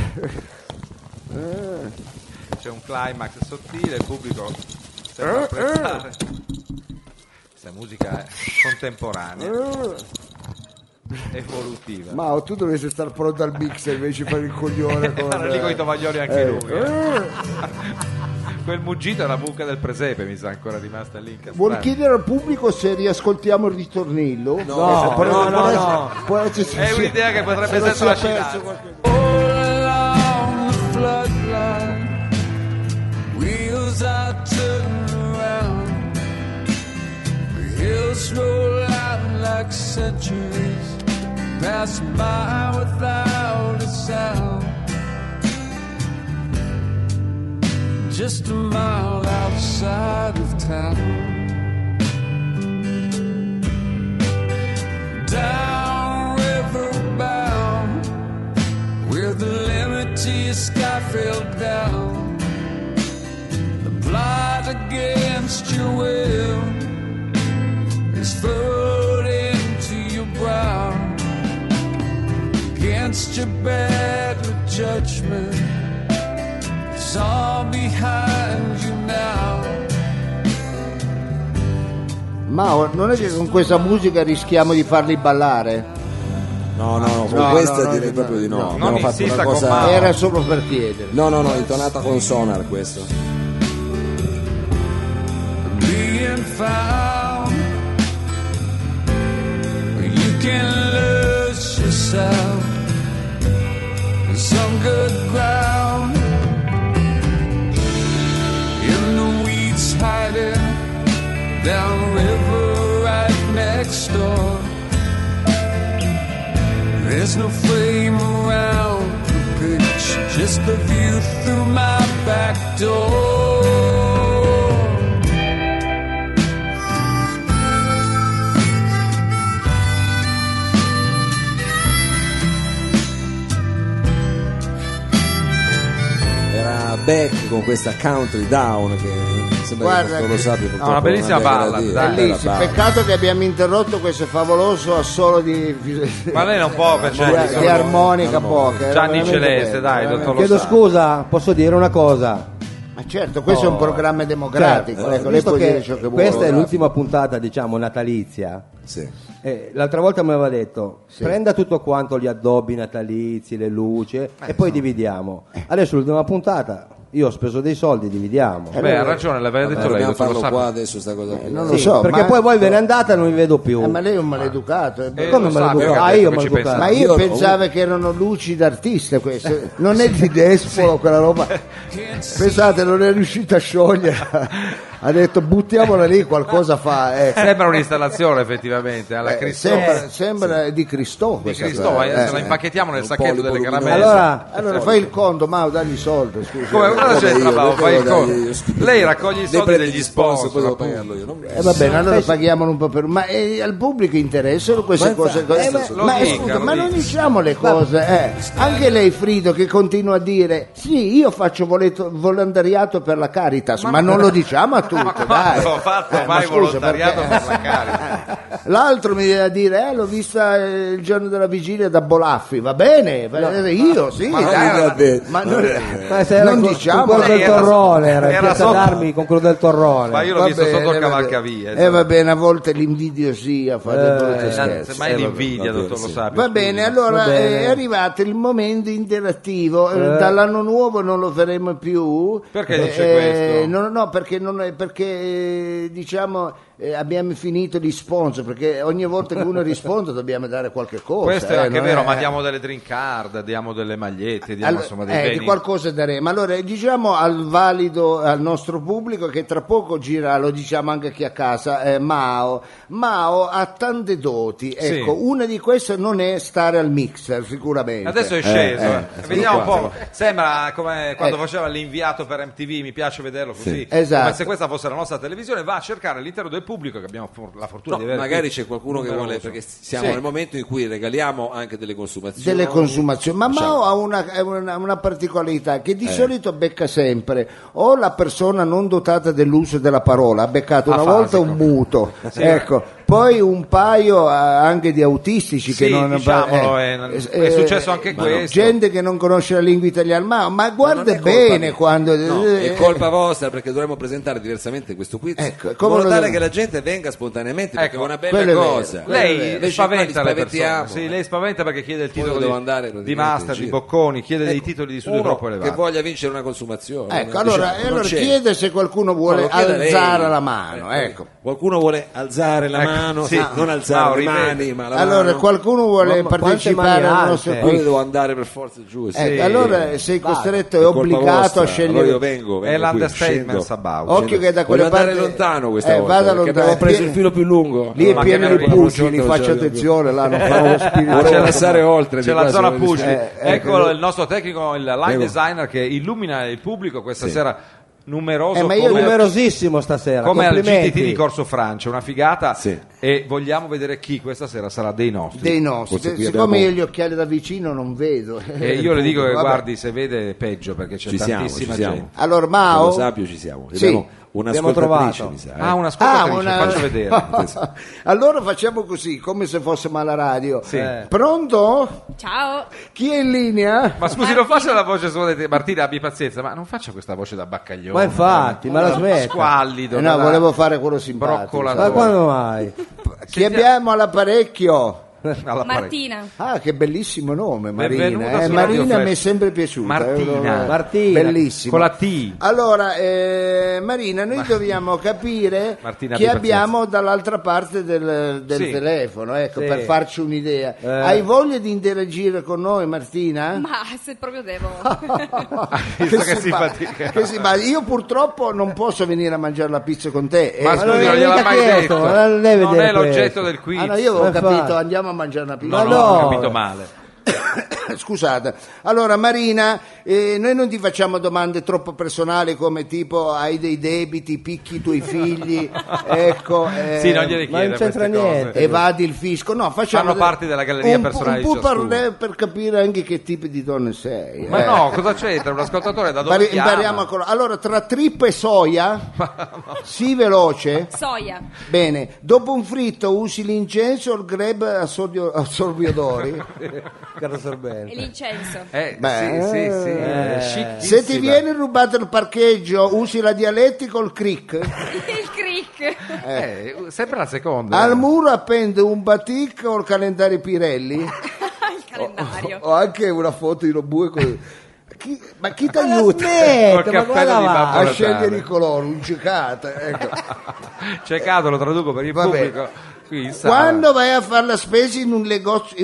B: C'è un climax sottile, il pubblico sembra apprezzare. Questa musica è contemporanea, evolutiva.
A: Ma tu dovresti star pronto al mixer invece di fare il coglione
B: Era lì con i tovaglioli anche lui. Quel muggito è la buca del presepe, mi sa ancora rimasta lì incastrata.
A: Vuol chiedere al pubblico se riascoltiamo il ritornello?
C: No.
B: È un'idea che potrebbe essere trascinata.
E: All along the floodline, wheels are turning around. The hills roll out like centuries, pass by without a sound. Just a mile outside of town. Downriver bound, where the limit to your sky fell down. The plot against your will is flowed into your brow. Against your better judgment, it's all behind you now.
A: Ma non è che con questa musica rischiamo di farli ballare?
D: No, con questa direi proprio di no.
B: Non
D: Abbiamo fatto
B: insista
D: una
B: con
D: cosa.
B: Mao.
A: Era solo per chiedere.
D: No, intonata con Sonar questo.
E: Being found, you can lose yourself in some good ground. In the weeds hiding downriver right next door. There's no flame around the pitch, just the view through my back door.
D: Era Beck con questa Country Down che sembra
A: Guarda
D: che non lo
A: che-
D: sappia purtroppo.
B: una bellissima
D: non abbia
B: ballad,
D: che da dire.
B: dai.
D: Bella
A: Bellissimo.
D: ballad.
A: Peccato che abbiamo interrotto questo favoloso assolo di
B: Ma lei non può perché
A: di armonica poca. era
B: Gianni
A: veramente
B: Celeste,
A: bello,
B: dai,
A: veramente.
B: dottor Lo
C: Chiedo
B: sa.
C: scusa, posso dire una cosa?
A: Ma certo, questo è un programma democratico,
C: Certo,
A: ecco, lei
C: visto
A: può
C: che
A: dire ciò che vuole.
C: questa è l'ultima puntata, diciamo, natalizia.
D: Sì.
C: L'altra volta mi aveva detto prenda tutto quanto gli addobbi natalizi, le luci e poi dividiamo. Adesso l'ultima puntata, io ho speso dei soldi, dividiamo.
B: Beh, ha ragione, l'aveva detto lei,
D: Dobbiamo
B: dottor Lo
D: farlo
B: sa.
D: qua adesso sta cosa qui.
A: non lo
C: Sì,
A: so,
C: perché
A: ma-
C: poi voi ve ne andate e non vi vedo più.
A: ma lei è un maleducato.
C: Come
B: lo sa,
C: maleducato?
B: perché ha
C: Ah,
B: detto
C: io
B: che ci
C: maleducato.
A: Ma io pensavo che erano luci d'artista queste, non è di Despolo quella roba. Pensate, non è riuscito a sciogliere. Ha detto buttiamola lì, qualcosa fa.
B: Sembra un'installazione effettivamente alla Cristo.
A: Sembra di Cristo.
B: Di Cristo, se la impacchettiamo nel
D: Un
B: sacchetto
D: po'
B: delle
D: luminoso.
B: caramelle.
A: Allora fai il conto, ma dagli i soldi. Scusa.
B: Come Cosa c'entra
D: io,
B: Paolo? Fai il
D: devo
B: conto.
D: dare io.
B: Lei raccoglie i soldi
D: prende
B: degli
D: gli sponsor, poi devo
B: appunto.
D: pagarlo io. Non
A: Va bene, allora paghiamolo un po' per... Ma al pubblico interessano queste cose?
B: lo
A: Ma
B: dica,
A: scusa,
B: lo
A: ma non
B: dica.
A: diciamo le cose. Anche lei, Frido, che continua a dire sì, io faccio volontariato per la Caritas, ma non lo diciamo a tutti, dai.
B: Ho fatto
A: Ma
B: mai
A: scusa,
B: volontariato
A: perché-
B: per la Caritas.
A: L'altro mi viene a dire l'ho vista il giorno della vigilia da Bolaffi, va bene, io sì, dai, ma
C: Se era
A: non
C: con
A: diciamo
C: quello del
B: lei era
C: Torrone, era in
B: era
C: Piazza
B: sotto-
C: d'Armi con quello del Torrone.
B: Ma io l'ho
A: Va
B: visto
A: bene,
B: sotto il
A: va
B: cavalcavia.
A: bene. Va bene, a volte l'invidiosia fa dei brutti scherzi.
B: Mai l'invidia, dottor Lo Sapio.
A: Va bene, allora
C: Va bene.
A: è arrivato il momento interattivo. Dall'anno nuovo non lo faremo più.
B: Perché dice questo?
A: No, perché diciamo abbiamo finito gli sponsor, perché ogni volta che uno risponde dobbiamo dare qualche cosa.
B: Questo è anche
A: non
B: vero,
A: è-
B: ma diamo delle drink card, diamo delle magliette, diamo insomma dei
A: di
B: beni.
A: qualcosa daremo. Allora diciamo al nostro pubblico che tra poco gira, lo diciamo anche qui a casa, Mao ha tante doti,
B: Sì.
A: ecco, una di queste non è stare al mixer sicuramente.
B: Adesso è sceso, vediamo un po'.
A: Sì.
B: Sembra come quando faceva l'inviato per MTV, mi piace vederlo così,
A: Esatto.
B: come se questa fosse la nostra televisione. Va a cercare all'interno del pubblico, che abbiamo la fortuna
D: No,
B: di avere
D: magari
B: qui
D: c'è qualcuno che vuole,
B: numeroso.
D: perché siamo
A: Sì.
D: nel momento in cui regaliamo anche delle consumazioni.
A: Delle consumazioni, ma
D: Diciamo.
A: Mao ha una particolarità che di solito becca sempre o la persona non dotata dell'uso della parola, ha beccato una volta un muto, ecco, poi un paio anche di autistici che
B: Sì,
A: non
B: diciamolo, è successo anche questo.
A: gente che non conosce la lingua italiana, ma guarda
D: non è colpa
A: bene
D: mia.
A: quando
D: No, è colpa vostra, perché dovremmo presentare diversamente questo quiz
A: Ecco,
D: in
A: come
D: modo
A: lo
D: tale
A: devo-
D: che la gente venga spontaneamente, perché
B: Ecco,
D: è una
A: quello
D: bella
A: è vero.
D: cosa.
B: Lei
D: Invece
B: spaventa
D: qua
B: le
D: li
B: persone.
D: spaventiamo.
B: Sì, lei spaventa perché chiede il
D: Poi
B: titolo
D: devo andare
B: di
D: praticamente
B: master,
D: in
B: di
D: giro.
B: Bocconi, chiede dei
D: Ecco,
B: titoli di studio
D: uno
B: troppo elevati.
D: che voglia vincere una consumazione.
A: ecco, allora
D: non c'è.
A: chiede se qualcuno vuole
D: No, lo chiede lei.
A: alzare la mano, ecco.
D: Qualcuno vuole alzare la
B: Ecco,
D: mano,
B: sì.
D: non alzare
B: Mauro,
D: le
B: ripeti.
D: mani, ma la
A: Allora
D: mano.
A: qualcuno vuole
C: Ma quante
A: partecipare
C: mani
A: al nostro
C: alte?
D: Poi
A: quiz?
D: devo andare per forza giù. sì.
A: Ecco, allora sei costretto, è
D: È colpa
A: obbligato
D: vostra.
A: a scegliere.
D: Allora io vengo
B: È
D: qui,
B: l'understatement
D: scendo.
B: Sabau.
A: Occhio che da quelle
D: Voglio andare
A: parti
D: lontano questa volta,
A: vada
D: perché
A: lontano.
D: avevo preso
A: Pie-
D: il filo più lungo.
A: Lì è
B: Ma
A: pieno
B: che
A: di
B: meraviglia.
A: pugili, faccia attenzione là, non fanno lo spirito.
D: Volevo passare oltre.
B: C'è
D: di
B: la
D: qua,
B: zona
D: se volete-
B: pugili.
A: ecco.
B: Ecco il nostro tecnico, il line
D: Prego.
B: designer che illumina il pubblico questa sera, numeroso
A: ma io
B: come,
C: Numerosissimo stasera,
B: come al
C: complimenti.
B: GTT di Corso Francia, una figata.
D: Sì.
B: E vogliamo vedere chi questa sera sarà dei nostri.
A: Dei nostri.
D: Forse qui
A: Siccome
D: abbiamo-
A: io gli occhiali da vicino non vedo.
B: E io le dico che
A: Vabbè.
B: guardi, se vede peggio, perché c'è
D: Ci siamo,
B: tantissima
D: ci siamo.
B: gente.
A: Allora,
D: Lo
A: Mao.
D: Sapio ci siamo.
A: Sì.
D: Abbiamo un'ascoltatrice,
C: trovato.
D: mi sa.
B: Ah, una ascoltatrice,
A: una-
B: faccio vedere.
A: Allora facciamo così, come se fossimo alla radio.
B: Sì.
A: Pronto?
F: Ciao,
A: Chi è in linea?
B: Ma scusi, non faccia la voce sua di Martina, abbi pazienza, ma non faccia questa voce da baccaglione.
C: Ma infatti, ma la smetta.
B: Squallido.
A: No,
B: da-
A: volevo fare quello simpatico.
B: Broccola.
C: Ma quando mai?
A: Chi abbiamo all'apparecchio?
B: alla parecchia.
F: Martina.
A: Ah, che bellissimo nome,
B: Benvenuta
A: Marina.
B: su Radio
A: Marina
B: Flash.
A: mi è sempre piaciuta.
B: Martina.
C: Martina.
A: Bellissimo.
B: Con la T.
A: Allora, Marina, noi dobbiamo capire
B: Martina,
A: chi
B: abbi
A: abbiamo dall'altra parte del
B: Sì.
A: telefono, ecco,
C: Sì.
A: per farci un'idea. Hai voglia di interagire con noi, Martina?
F: Ma se proprio devo.
B: Visto che simpatica.
A: Che simpatica. Io purtroppo non posso venire a mangiare la pizza con te.
B: Ma
C: non
B: scusi, non
C: l'hai
B: gliel'ha
C: mica
B: mai
C: chiesto,
B: detto.
C: non deve
B: Non
C: dire
B: è l'oggetto
C: questo.
B: del quiz.
A: Ah, no, io avevo
C: Ma
A: capito,
C: infatti.
A: andiamo a mangiare una pizza.
B: No,
C: Ma
B: ho
C: no.
B: capito male.
A: Scusate, allora Marina, noi non ti facciamo domande troppo personali come tipo hai dei debiti, picchi i tuoi figli, ecco,
B: Sì, non gliele
C: ma
B: chiede
C: non c'entra
B: queste cose.
C: niente.
A: evadi il fisco, no, facciamo
B: Fanno parte della galleria personale
A: un
B: di
A: po'
B: ciascuno.
A: per capire anche che tipi di donne sei.
B: Ma no, cosa c'entra? Un ascoltatore da dove chiama?
A: Impariamo allora tra trippa e soia, sii veloce.
F: Soia.
A: Bene, dopo un fritto usi l'incenso o il greb a sorbio d'ori?
C: Caro Sorbello.
F: E l'incenso.
A: Beh,
B: sì.
A: Se ti viene rubato il parcheggio usi la dialettica o il crick?
F: Il crick.
B: Sempre la seconda.
A: Al muro appende un batik o il calendario Pirelli?
F: Il calendario.
A: O anche una foto di Robue con... ma chi ti aiuta
B: Col
C: Aspetta, ma
B: cappello
C: guarda
B: di
C: va.
B: Babbo
A: a
B: Natale.
A: scegliere i colori? Un cicata, ecco.
B: Ceccato, lo traduco per il
A: Vabbè.
B: pubblico. Qui in sala.
A: Quando vai a fare la spesa in un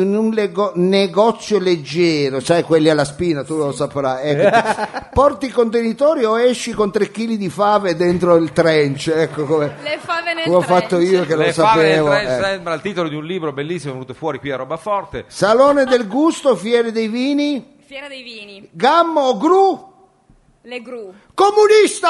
A: negozio leggero, sai quelli alla spina, tu lo saprai, ecco, porti i contenitori o esci con 3 kg di fave dentro il trench, ecco come
F: Le fave nel
A: ho fatto io che lo
B: Le fave nel
A: sapevo.
B: trench sembra il titolo di un libro bellissimo venuto fuori qui a Robaforte.
A: Salone del gusto, fiere dei vini,
F: Fiera dei vini.
A: gammo o gru?
F: Le gru.
A: Comunista!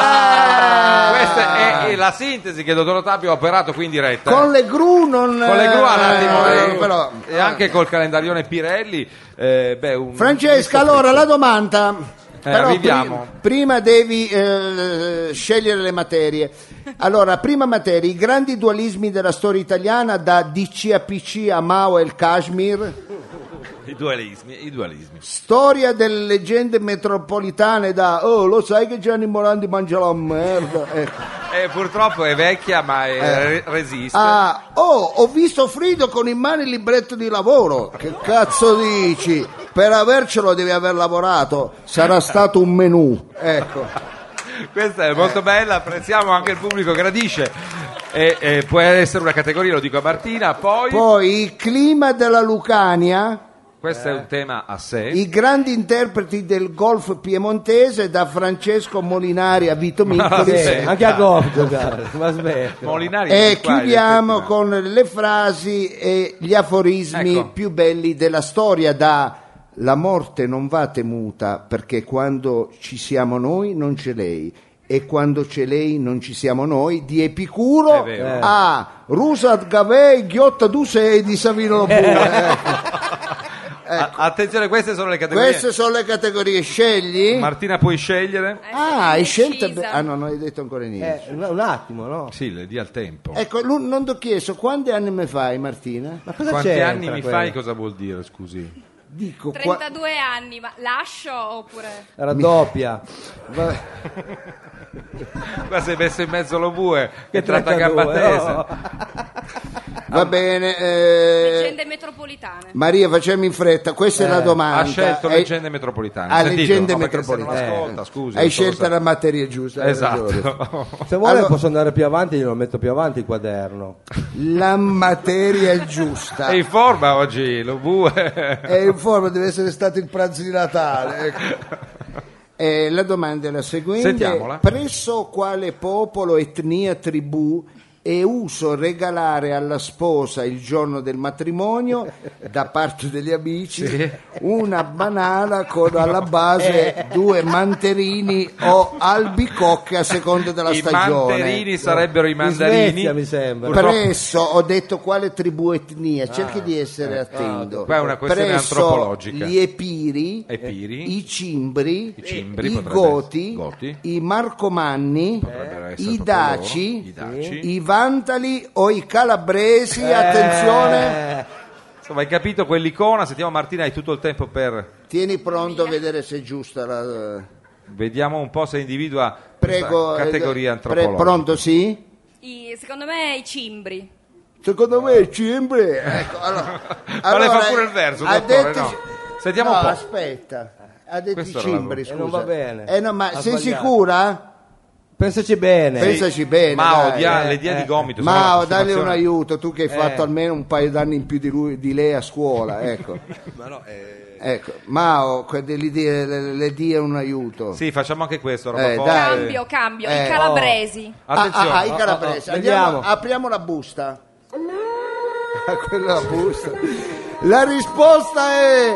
B: Questa è la sintesi che il dottor Ottavio ha operato qui in diretta.
A: Con le gru non...
B: Con le gru un attimo,
A: però...
B: e anche col calendarione Pirelli.
A: Francesca, allora la domanda... Però
B: arriviamo.
A: prima devi scegliere le materie. Allora, prima materia, i grandi dualismi della storia italiana, da DC a PC a Mao e il Kashmir.
B: I dualismi.
A: Storia delle leggende metropolitane, da oh, lo sai che Gianni Morandi mangia la merda.
B: Purtroppo è vecchia, ma resiste.
A: Ah, ho visto Frido con in mano il libretto di lavoro. Che cazzo dici? Per avercelo devi aver lavorato. Sarà stato un menù. Ecco.
B: Questa è molto bella, apprezziamo, anche il pubblico gradisce. E può essere una categoria, lo dico a Martina.
A: Poi il clima della Lucania.
B: Questo è un tema a sé.
A: I grandi interpreti del golf piemontese, da Francesco Molinari a Vito Miccoli.
C: Anche a golf giocare, ma aspetta.
B: Molinari,
A: E chiudiamo con le frasi e gli aforismi più belli della storia, da la morte non va temuta, perché quando ci siamo noi non c'è lei, e quando c'è lei non ci siamo noi, di Epicuro, a Rusat Gavei Ghiotta du sei di Savino Lobue. Ecco.
B: Attenzione, queste sono le categorie.
A: Queste sono le categorie, scegli.
B: Martina, puoi scegliere?
A: Hai scelto
F: indecisa.
A: non hai detto ancora niente.
C: Un attimo, no?
B: Sì, le dia il tempo.
A: Ecco, non ti ho chiesto quanti anni mi fai, Martina?
C: Ma cosa
B: Quanti
C: c'entra
B: anni mi
C: quello?
B: fai? Cosa vuol dire, scusi?
A: Dico
F: 32 anni, ma lascio oppure...
C: Raddoppia.
B: Qua sei messo in mezzo lo bue che
C: Che
B: tratta gamba
C: 32,
B: tesa.
C: no?
A: Va bene.
F: Leggende metropolitane.
A: Maria, facciamo in fretta, questa è la domanda.
B: Ha scelto
A: Hai-
B: leggende metropolitane.
A: Ah,
B: Sentito?
A: leggende
B: No, perché se
A: metropolitane.
B: non ascolta, scusi.
A: Hai
B: non so
A: scelto
B: se-
A: la materia giusta. hai ragione.
B: Esatto.
C: Se vuole
A: Allora-
C: posso andare più avanti, glielo metto più avanti il quaderno.
A: La materia giusta.
B: È in forma oggi lo bue.
A: È in forma, deve essere stato il pranzo di Natale. Ecco. La domanda è la seguente:
B: Sentiamola.
A: presso quale popolo, etnia, tribù è uso regalare alla sposa il giorno del matrimonio, da parte degli amici, una banana con alla base 2 mandarini o albicocche a seconda della
B: I
A: stagione?
B: mandarini sarebbero i
C: In
B: mandarini.
C: Svezia, mi sembra.
A: Presso, ho detto quale tribù, etnia, cerchi di essere attento.
B: Qua è una questione
A: Presso
B: antropologica.
A: gli Epiri,
B: Epiri.
A: i Cimbri,
B: Cimbri,
A: i
B: potrebbe
A: Goti,
B: Goti.
A: i Marcomanni,
B: Potrebbero essere
A: i
B: proprio
A: Daci,
B: loro. I Daci.
A: i Vantali o i Calabresi. Attenzione,
B: Insomma, hai capito quell'icona? Sentiamo Martina, hai tutto il tempo per...
A: tieni pronto a vedere se è giusta la...
B: Vediamo un po' se individua
A: Prego,
B: questa categoria antropologica.
A: pronto, sì?
F: Secondo me i cimbri.
A: Secondo me è Cimbri. Ecco, allora,
B: Ma le fa pure il verso,
A: ha
B: dottore,
A: detto-
B: no? Sentiamo
A: no,
B: un po'.
A: aspetta, ha detto
B: Questo era la-
A: Cimbri, scusa.
C: non va bene.
A: No, ma
C: Ha
A: sei
C: sbagliato.
A: sicura?
C: Pensaci bene.
A: Pensaci bene.
B: Mao,
A: dai.
B: le dia di gomito. se no
A: Mao,
B: la
A: dagli un
B: situazione-
A: aiuto, tu che hai fatto almeno un paio d'anni in più di lei a scuola, ecco. Ecco, Mao, le dia un aiuto.
B: Sì, facciamo anche questo. Roba
A: Dai.
B: forte.
F: Cambio.
A: Eh,
F: I calabresi.
B: Attenzione.
A: I calabresi.
C: vediamo.
A: Apriamo la busta. Quella è la busta. La risposta è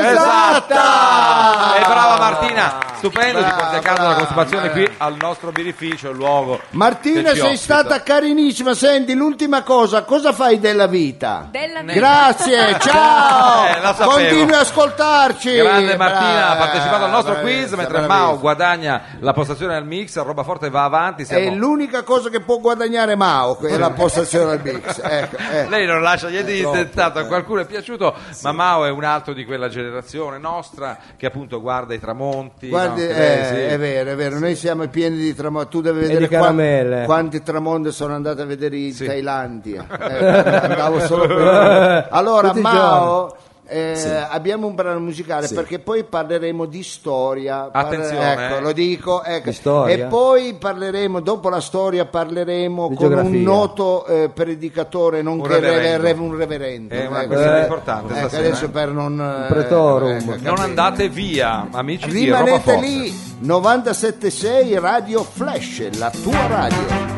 A: esatta!
B: E brava Martina, stupendo, ti porti a casa la
A: brava,
B: consumazione
A: brava.
B: qui al nostro birrificio, il luogo.
A: Martina,
B: che ci
A: sei
B: ospita.
A: stata carinissima. Senti, l'ultima cosa fai della vita?
F: Della vita.
A: Grazie, ciao!
B: la sapevo.
A: Continui a ascoltarci.
B: Grande Martina,
A: Brava,
B: ha partecipato al nostro
A: bravissima,
B: quiz, mentre
A: bravissima.
B: Mao guadagna la postazione al mix, roba forte va avanti.
A: È
B: Siamo...
A: l'unica cosa che può guadagnare Mao, è la postazione al mix. Ecco,
B: Lei non lascia niente di intentato, a qualcuno è piaciuto, ma Mao è un altro di quella generazione nostra che appunto guarda i tramonti.
A: Guardi,
B: no? Che lei, sì.
A: è vero, noi siamo pieni di tramonti. Tu devi
C: di
A: vedere
C: caramelle.
A: quanti tramonti sono andato a vedere in Thailandia. Andavo solo per... Allora,
C: Tutti i
A: Mao, abbiamo un brano musicale perché poi parleremo di storia.
B: Attenzione,
A: ecco, lo dico. Ecco.
C: Di storia?
A: E poi parleremo, dopo la storia, parleremo
C: Di
A: con un
C: geografia.
A: noto predicatore, nonché
B: reverendo.
A: un reverendo.
B: È una
A: Ecco.
B: questione importante
A: Ecco,
B: stasera.
A: adesso per non
C: pretorum.
B: Non andate via, amici di Roba
A: rimanete
B: Forte.
A: lì. 97.6 Radio Flash, la tua radio.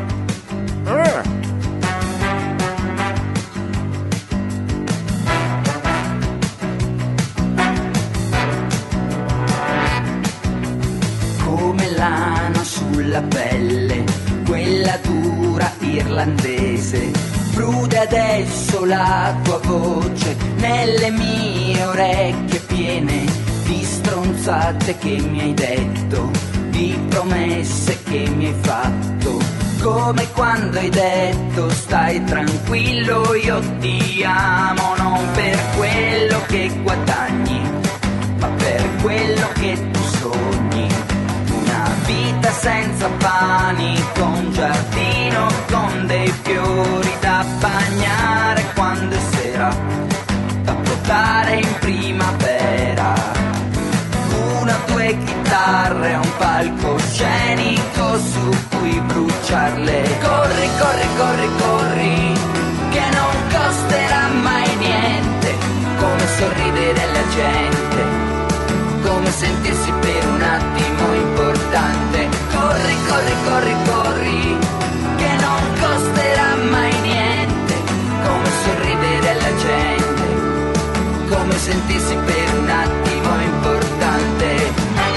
G: la pelle, quella dura irlandese. Prude adesso la tua voce nelle mie orecchie piene di stronzate che mi hai detto, di promesse che mi hai fatto. Come quando hai detto stai tranquillo, io ti amo, non per quello che guadagni, ma per quello che tu sogni. Una vita senza panico, un giardino con dei fiori da bagnare quando è sera, da portare in primavera. Una o due chitarre, un palcoscenico su cui bruciarle. Corri, corri, corri, corri, che non costerà mai niente. Come sorridere alla gente, come sentirsi per un attimo importante. Corri, corri, corri, corri, che non costerà mai niente. Come sorridere alla gente, come sentirsi per un attimo importante.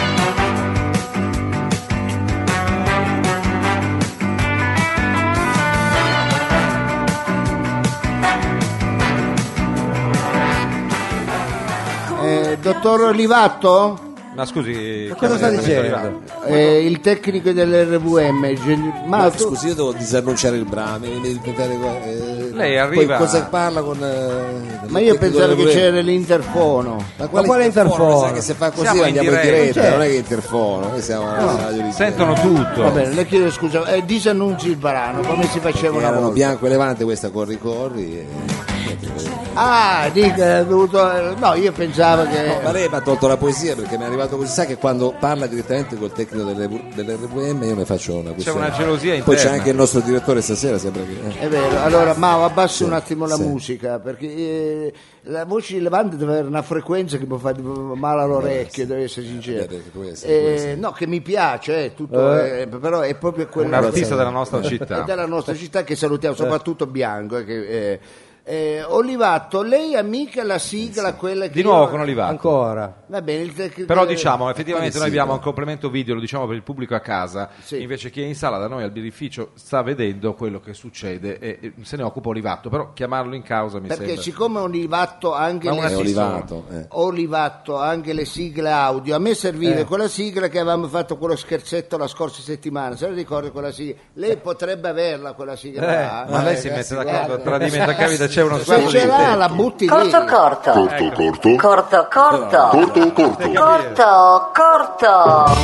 A: Dottor Olivatto?
B: Ma scusi,
C: Cosa sta dicendo?
A: Il tecnico dell'RVM. Ma tu-
D: Scusi, io devo disannunciare il brano.
B: Lei arriva-
D: Poi cosa parla con.
A: ma io pensavo che c'era l'interfono.
D: Ma
C: quale interfono?
D: Sa che se fa così
B: Siamo in
D: andiamo in
B: diretta.
D: diretta,
C: Certo.
D: non è che interfono. Noi siamo alla radio di
B: sentono tutto.
A: Va bene, le chiedo scusa, disannunci il brano come si faceva una
D: Erano
A: volta.
D: bianco e levante questa corri corri.
A: Ah, dica, è dovuto. No, io pensavo che.
D: Ma lei mi ha tolto la poesia perché mi è arrivato così. Sa che quando parla direttamente col tecnico dell'RVM io mi faccio una
B: C'è
D: questione.
B: una gelosia
D: Poi c'è
B: interna.
D: anche il nostro direttore stasera, sembra che.
A: È vero, allora Mao abbassi un attimo la
D: sì.
A: musica perché la voce levante deve avere una frequenza che può fare male all'orecchio, devo essere sincero.
D: può essere.
A: No, che mi piace, tutto, però è proprio quello.
B: Un artista della nostra
A: È
B: città.
A: della nostra città che salutiamo, soprattutto Bianco. Olivatto, lei ha mica la sigla quella che
B: Di nuovo
A: io-
B: con Olivato.
C: Ancora.
A: Va bene,
B: Però diciamo, effettivamente noi
D: sì,
B: abbiamo un complemento video, lo diciamo per il pubblico a casa,
A: Sì.
B: invece chi è in sala da noi al birrificio sta vedendo quello che succede e se ne occupa Olivatto, però chiamarlo in causa mi
A: perché
B: sembra...
A: siccome Olivatto anche
B: Ma
A: le
B: una
D: È
B: sì,
D: Olivato.
A: Olivatto anche le sigle audio, a me serviva quella sigla che avevamo fatto quello scherzetto la scorsa settimana, se la ricordi quella sigla, lei potrebbe averla quella sigla là.
B: Ma lei si mette d'accordo tra di me e capita, c'è uno
A: se
B: sguardo
A: ce
B: di
A: l'ha
B: tempo.
A: la butti lì.
H: Corto, corto.
I: Corto, corto.
H: Corto, corto.
I: Corto, corto.
H: Corto, corto.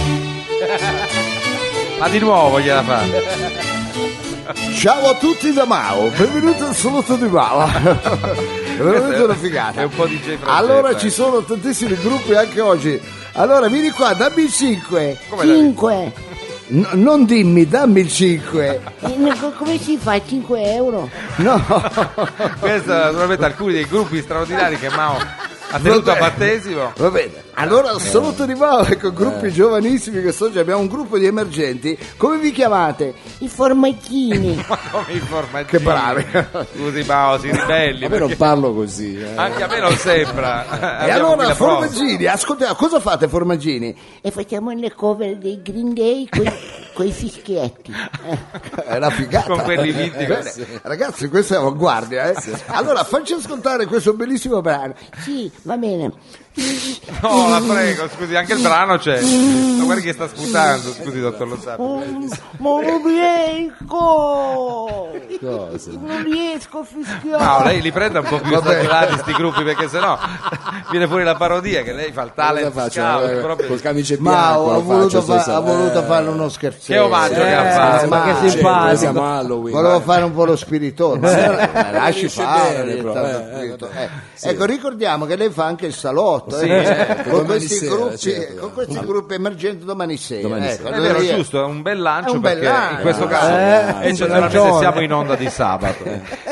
B: Ma di nuovo gliela fa.
A: Ciao a tutti da Mao, benvenuti al saluto di Mao. È veramente una figata.
B: È un po' di DJ francese,
A: allora ci sono tantissimi gruppi anche oggi. Allora vieni qua, dammi il 5.
B: Come la-
J: 5.
A: Non dimmi, dammi il 5.
J: Come si fa? 5 euro?
A: No.
B: Questo naturalmente alcuni dei gruppi straordinari che Mao ha tenuto a
A: Vabbè.
B: battesimo.
A: Va bene, allora il saluto di Mao, ecco, gruppi giovanissimi che oggi abbiamo un gruppo di emergenti. Come vi chiamate?
J: I formaggini.
B: Ma come informazioni.
A: Che bravi.
B: Scusi Mao, si ribelli.
D: A me non
B: perché
D: parlo così.
B: anche a me non sembra.
A: E
B: Abbiamo qui
A: allora
B: la prova.
A: formaggini, ascolta, cosa fate formaggini?
J: E facciamo le cover dei Green Day coi fischietti.
A: È una figata.
B: Con quelli vinti
A: Bene, ragazzi, questa è avanguardia, Allora, facci ascoltare questo bellissimo brano.
J: Sì, va bene.
B: No, la prego, scusi, anche il brano c'è. Ma guardi che sta sputando, scusi, dottor Lo Sapio.
J: Ma non riesco!
D: Cosa?
J: Non riesco a fischiare.
B: No, lei li prenda un po' più esagerati sti gruppi perché sennò viene fuori la parodia che lei fa il
D: Cosa
B: talent
D: faccio?
B: scout proprio.
D: Col camice
A: Mao
D: bianco
A: ha
D: lo
A: voluto,
D: faccio,
A: ha voluto fare uno scherzetto.
B: Che omaggio che ha fatto.
C: ma che
D: Certo,
C: simpatico.
D: siamo a Halloween.
A: Volevo fare un po' lo spiritoso, ma lasci
D: Riesce
A: fare.
D: bene, però, sì.
A: Ecco, ricordiamo che lei fa anche il salotto
B: Sì,
A: con,
D: domani
A: questi
D: sera,
A: gruppi,
D: certo.
A: con questi gruppi emergenti domani sera.
D: Domani
A: Ecco,
D: sera.
B: È vero,
A: allora
B: giusto, è un bel lancio
A: È un bel
B: perché
A: lancio.
B: in questo caso eccezionalmente
C: ragione.
B: siamo in onda di sabato.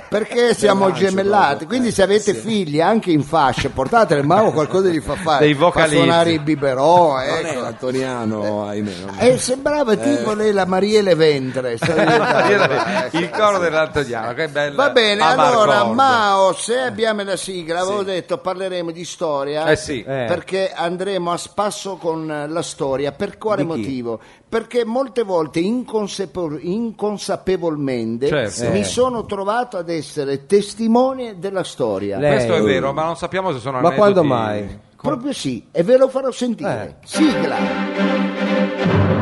A: perché siamo gemellati, quindi se avete figli anche in fascia portatele, ma qualcosa gli fa fare,
B: dei
A: fa
B: vocalizzi,
A: suonare il biberò,
D: Non è
A: ecco.
D: l'antoniano, ahimè.
A: Sembrava tipo lei la Mariele Ventre.
B: il coro dell'Antoniano, che bella.
A: Va bene,
B: Amarcord.
A: allora Mao, se abbiamo la sigla, avevo detto parleremo di storia,
B: Sì.
A: perché andremo a spasso con la storia. Per quale
C: Di chi?
A: motivo? Perché molte volte inconsapevolmente
B: Certo.
A: mi sono trovato ad essere testimone della storia.
B: Questo è vero, ma non sappiamo se sono
C: Ma
B: aneddoti.
C: quando mai?
A: Proprio sì, e ve lo farò sentire. Sigla.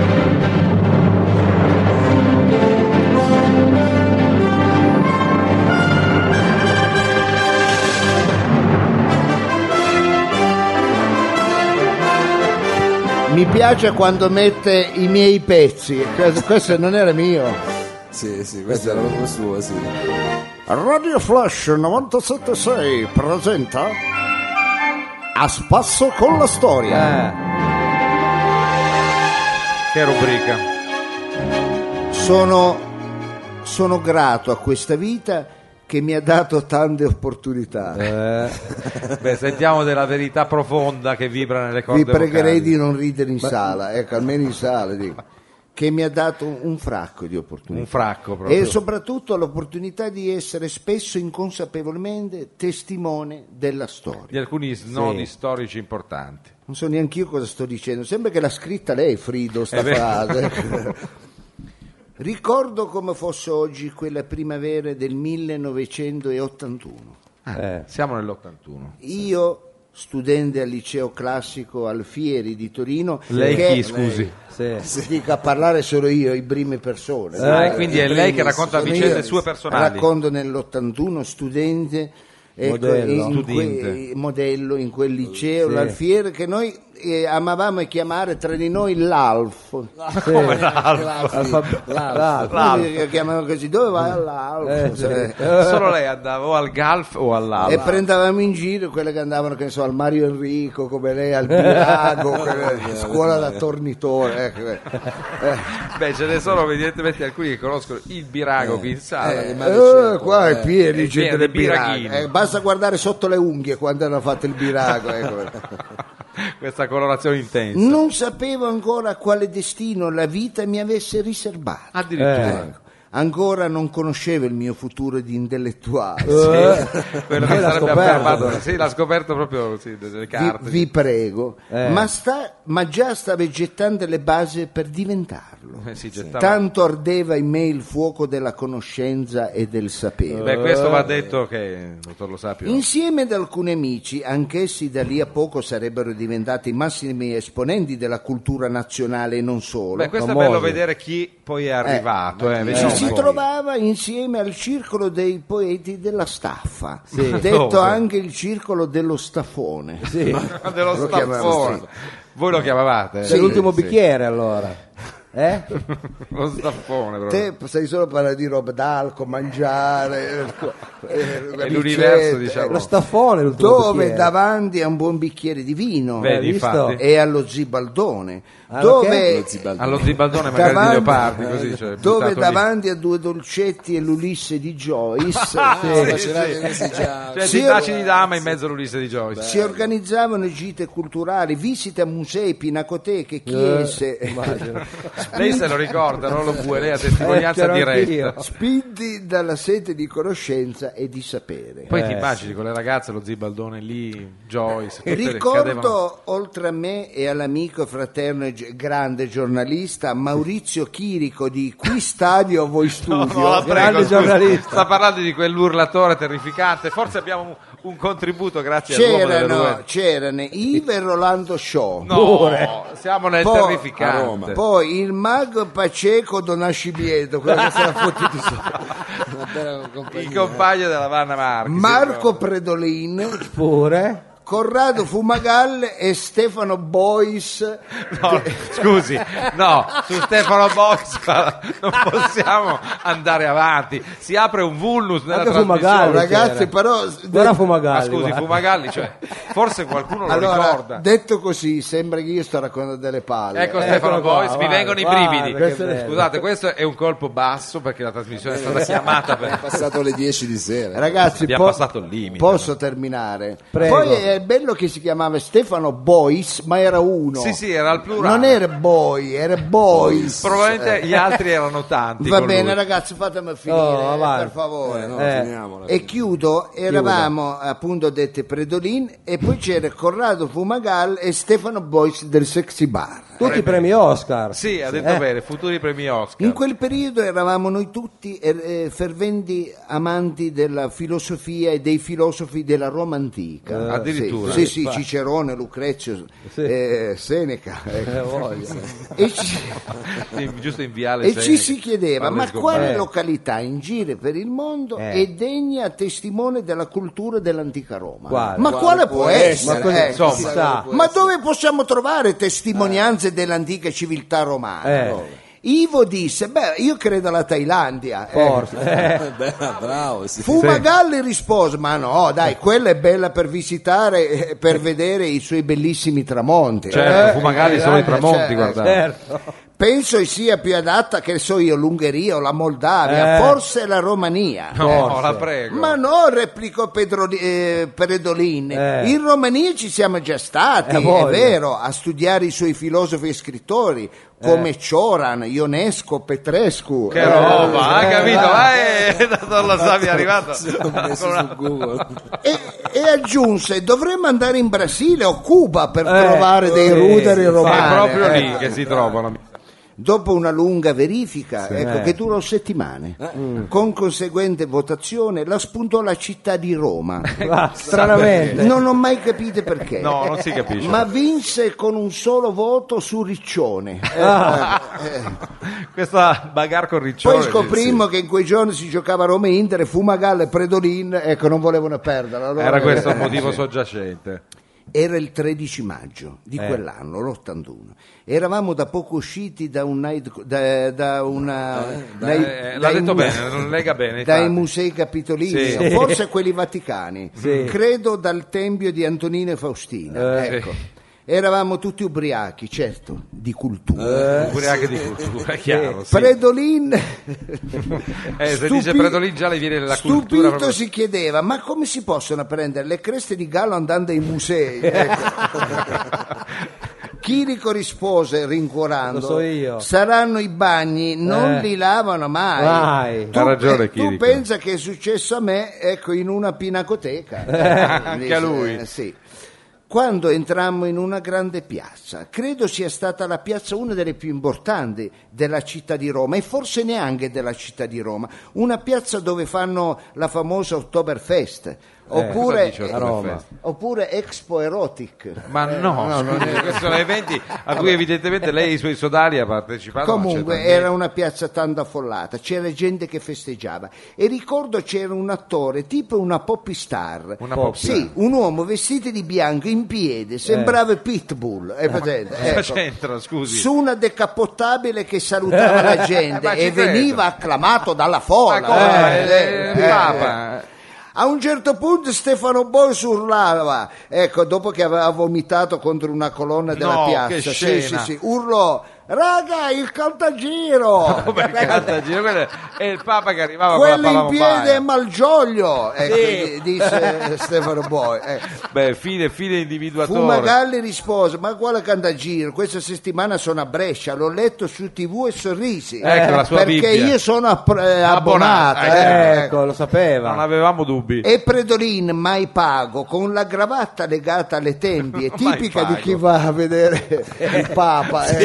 A: Mi piace quando mette i miei pezzi, questo non era mio.
D: Sì, questo era proprio suo, sì.
A: Radio Flash 97.6 presenta A spasso con la storia.
B: Che rubrica?
A: Sono grato a questa vita che mi ha dato tante opportunità.
B: Beh, sentiamo della verità profonda che vibra nelle corde
A: Vi pregherei
B: vocali.
A: di non ridere in sala, ecco, almeno in sala, dico. Che mi ha dato un fracco di opportunità.
B: Un fracco proprio.
A: E soprattutto l'opportunità di essere spesso inconsapevolmente testimone della storia.
B: Di alcuni snodi storici importanti.
A: Non so neanche io cosa sto dicendo, sembra che l'ha scritta lei, Frido, sta
B: È vero.
A: frase. Ricordo come fosse oggi quella primavera del 1981.
B: Siamo nell'81.
A: Io, studente al liceo classico Alfieri di Torino,
B: Lei
A: che
B: chi, scusi?
A: si dica a parlare solo io, in prime persone.
B: Quindi è lei che racconta
A: Sono
B: vicende
A: io,
B: sue personali.
A: Racconto nell'81, studente,
C: Modello.
A: modello in quel liceo,
C: Sì.
A: l'Alfiere, che noi amavamo chiamare tra di noi l'Alf.
B: Come l'Alf?
A: Noi chiamavamo così, dove vai all'Alf?
B: Solo lei andava o al Galf o all'Alf.
A: E prendevamo in giro quelle che andavano, che ne so, al Mario Enrico, come lei, al Birago, scuola da tornitore. Ecco.
B: Beh, ce ne sono evidentemente alcuni che conoscono il Birago qui in sala.
A: Qua è pieno di
B: è
A: gente
B: pieno
A: del
B: di
A: Birago.
B: biraghini.
A: Basta guardare sotto le unghie quando hanno fatto il Birago. Ecco.
B: Questa colorazione intensa.
A: Non sapevo ancora quale destino la vita mi avesse riservato.
B: Addirittura.
A: Ancora non conoscevo il mio futuro di intellettuale.
B: Quello che
C: l'ha
B: sarebbe
C: scoperto.
B: affermato. Sì, l'ha scoperto proprio delle carte.
A: Vi prego, ma già stavo gettando le basi per diventarlo.
B: Sì, gettava.
A: Tanto ardeva in me il fuoco della conoscenza e del sapere.
B: Beh, questo va detto che, dottor Lo Sapio,
A: Insieme ad alcuni amici, anch'essi da lì a poco sarebbero diventati massimi esponenti della cultura nazionale e non solo.
B: beh, questo
C: famosi.
B: è bello vedere chi poi è arrivato.
A: Ci
B: vediamo
A: si
B: un po'.
A: trovava insieme al circolo dei poeti della Staffa, detto
B: Dove?
A: anche il circolo dello Staffone.
B: dello
A: Lo chiamavamo
B: staffone. Voi lo chiamavate?
C: C'è l'ultimo bicchiere allora.
B: Lo staffone proprio.
A: Te stai solo a parlare di roba d'alcol, mangiare,
B: È l'universo, diciamo.
C: Lo staffone l'ultimo
A: dove
C: bicchiere.
A: davanti a un buon bicchiere di vino
B: Vedi,
C: visto?
B: infatti.
A: e allo zibaldone,
C: Allo
A: dove
B: Allo Zibaldone magari di
A: davanti-
B: Leopardi, così, cioè,
A: dove
B: buttato lì.
A: davanti a due dolcetti e l'Ulisse di Joyce
B: Cioè,
A: Sì,
B: di baci di dama in mezzo all'Ulisse di Joyce.
A: si organizzavano gite culturali, visite a musei, pinacoteche, chiese,
B: Lei se lo ricorda, non lo può, lei ha testimonianza
C: c'ero
B: diretta.
C: anch'io.
A: spinti dalla sete di conoscenza e di sapere.
B: Poi ti immagini con le ragazze, lo Zibaldone lì, Joyce, tutte le cadevano.
A: Ricordo, oltre a me e all'amico fraterno e grande giornalista Maurizio Chirico di Qui Stadio Voi Studio,
B: No, la prego,
C: grande
B: scusi.
C: giornalista.
B: Sta parlando di quell'urlatore terrificante. Forse abbiamo un contributo grazie all'uomo delle due.
A: c'erano Ive e Rolando Shaw,
B: No, siamo nel
A: Poi-
B: terrificante.
A: poi il mago Paceco Donascibieto, quello che si era fottuto
B: Il compagno della Vanna Marchi.
A: Marco Predolin,
C: Pure.
A: Corrado Fumagalli e Stefano Bois.
B: No, scusi, no, su Stefano Bois non possiamo andare avanti. Si apre un vulnus nella
C: Anche
B: trasmissione.
C: Fumagalli
A: Ragazzi,
C: c'era.
A: però
C: Guarda
B: Ma
C: Fumagalli.
B: scusi,
C: guarda.
B: Fumagalli, cioè, forse qualcuno lo
A: allora,
B: ricorda.
A: detto così, sembra che io sto raccontando delle palle.
B: Ecco Stefano
C: Eccolo qua,
B: Bois, mi
C: guarda,
B: vengono i
C: guarda,
B: brividi.
C: che bello.
B: Scusate, questo è un colpo basso perché la trasmissione è stata chiamata
D: È
B: per...
D: passato le 10 di sera.
A: Ragazzi,
B: Abbiamo passato il limite.
A: posso terminare?
C: Prego.
A: Poi è bello che si chiamava Stefano Bois, ma era uno.
B: Sì, era al plurale.
A: Non era Boy, era Bois.
B: Probabilmente gli altri erano tanti.
A: Va
B: con
A: bene,
B: lui.
A: ragazzi, fatemi finire,
C: Oh, avanti.
A: per favore.
D: No,
C: Eh.
D: finiamola.
A: E chiudo, eravamo appunto dette Predolin e poi c'era Corrado Fumagalli e Stefano Bois del Sexy Bar.
C: Tutti i premi Oscar.
B: Sì, ha detto bene, futuri premi Oscar.
A: In quel periodo eravamo noi tutti ferventi amanti della filosofia e dei filosofi della Roma antica.
B: Addirittura.
A: Sì, Cicerone, Lucrezio, Seneca. ecco.
C: Voglia.
A: E
B: Sì, giusto in viale
A: e
B: Seneca.
A: ci si chiedeva,
B: Parla
A: ma
B: di sgombero.
A: quale località in giro per il mondo è degna testimone della cultura dell'antica Roma?
C: Quale?
A: Ma quale può essere?
C: Ma cosa-
A: Ecco.
C: si sa.
A: Ma dove possiamo trovare testimonianze dell'antica civiltà romana? Ivo disse, beh, io credo alla Thailandia.
C: Forse.
D: Beh, bravo. Sì.
A: Fumagalli rispose, ma no, dai, quella è bella per visitare, per vedere i suoi bellissimi tramonti.
B: Certo, Fumagalli sono i tramonti,
A: cioè,
B: guardate.
C: Certo.
A: Penso sia più adatta, che so io, l'Ungheria o la Moldavia, forse la Romania.
B: No,
C: Forse.
B: la prego.
A: Ma no, replicò Predolin, in Romania ci siamo già stati, è
C: voglia.
A: vero, a studiare i suoi filosofi e scrittori come Cioran, Ionesco, Petrescu.
B: Che roba, hai capito? Non lo sapevi, è arrivato.
D: L'ho messo su Google.
A: E aggiunse, dovremmo andare in Brasile o Cuba per trovare dei ruderi
B: È
A: romani.
B: proprio lì
A: ecco.
B: che si trovano.
A: Dopo una lunga verifica, ecco, che durò settimane, con conseguente votazione, la spuntò la città di Roma.
C: Stranamente.
A: Non ho mai capito perché.
B: No, non si capisce.
A: Ma vinse con un solo voto su Riccione.
B: Questa bagarre con Riccione.
A: Poi scoprimmo che in quei giorni si giocava Roma e Inter e Fumagalli e Predolin, ecco, non volevano perdere. Allora,
B: Era questo il motivo soggiacente.
A: Era il 13 maggio di quell'anno, l'81. Eravamo da poco usciti da un
B: L'ha detto bene, non lega bene.
A: dai
B: infatti.
A: musei capitolini,
B: Sì.
A: forse quelli vaticani,
C: Sì.
A: credo dal tempio di Antonino e Faustina. Ecco.
B: Sì.
A: Eravamo tutti ubriachi, certo, di cultura.
B: Ubriache di cultura, è chiaro. Sì.
A: Predolin,
B: Se dice Predolin già le viene la cultura.
A: stupito
B: proprio-
A: si chiedeva, ma come si possono prendere le creste di gallo andando ai musei? Ecco. Chirico rispose rincuorando,
C: Lo so io.
A: saranno i bagni, non li lavano mai.
C: Mai.
B: Ha ragione
A: Tu
B: Chirico.
A: pensa che è successo a me, ecco, in una pinacoteca.
B: Anche a lui.
A: Sì. Quando entrammo in una grande piazza, credo sia stata la piazza una delle più importanti della città di Roma e forse neanche della città di Roma, una piazza dove fanno la famosa Oktoberfest.
B: Cosa
A: Oppure,
B: dice
C: a Roma?
A: oppure Expo Erotic.
B: Ma no, questi sono eventi a cui evidentemente lei e i suoi sodali ha partecipato. ma
A: Comunque
B: c'entra
A: era
B: niente.
A: una piazza tanto affollata, c'era gente che festeggiava e ricordo c'era un attore tipo una poppy star.
B: Una poppy
A: Sì,
B: star.
A: un uomo vestito di bianco in piede, sembrava Pitbull, è presente?
B: Cosa
A: Ecco.
B: c'entra, scusi?
A: Su una decappottabile che salutava la gente
B: Ma ci
A: e
B: credo.
A: veniva acclamato dalla
B: Ma
A: folla.
B: come? Il Papa.
A: A un certo punto Stefano Bois urlava, ecco, dopo che aveva vomitato contro una colonna della
B: No,
A: piazza,
B: che
A: sì,
B: scena.
A: sì, urlò, raga, il caltagiro!
B: Come il caltagiro? Quello è il Papa che arrivava
A: Quello
B: con la
A: in piede è
B: palamopaglia.
A: Malgioglio, ecco, disse Stefano Bois.
B: Beh, fine individuatore.
A: Fumagalli rispose, ma quale cantagiro? Questa settimana sono a Brescia, l'ho letto su TV e sorrisi.
B: Ecco, la sua
A: perché
B: Bibbia.
A: io sono abbonato.
C: Ecco, lo sapeva.
B: Non avevamo dubbi.
A: E Predolin, mai pago, con la cravatta legata alle tempie,
B: Mai
A: tipica di
B: pago.
A: chi va a vedere il Papa.
B: Sì, è vero.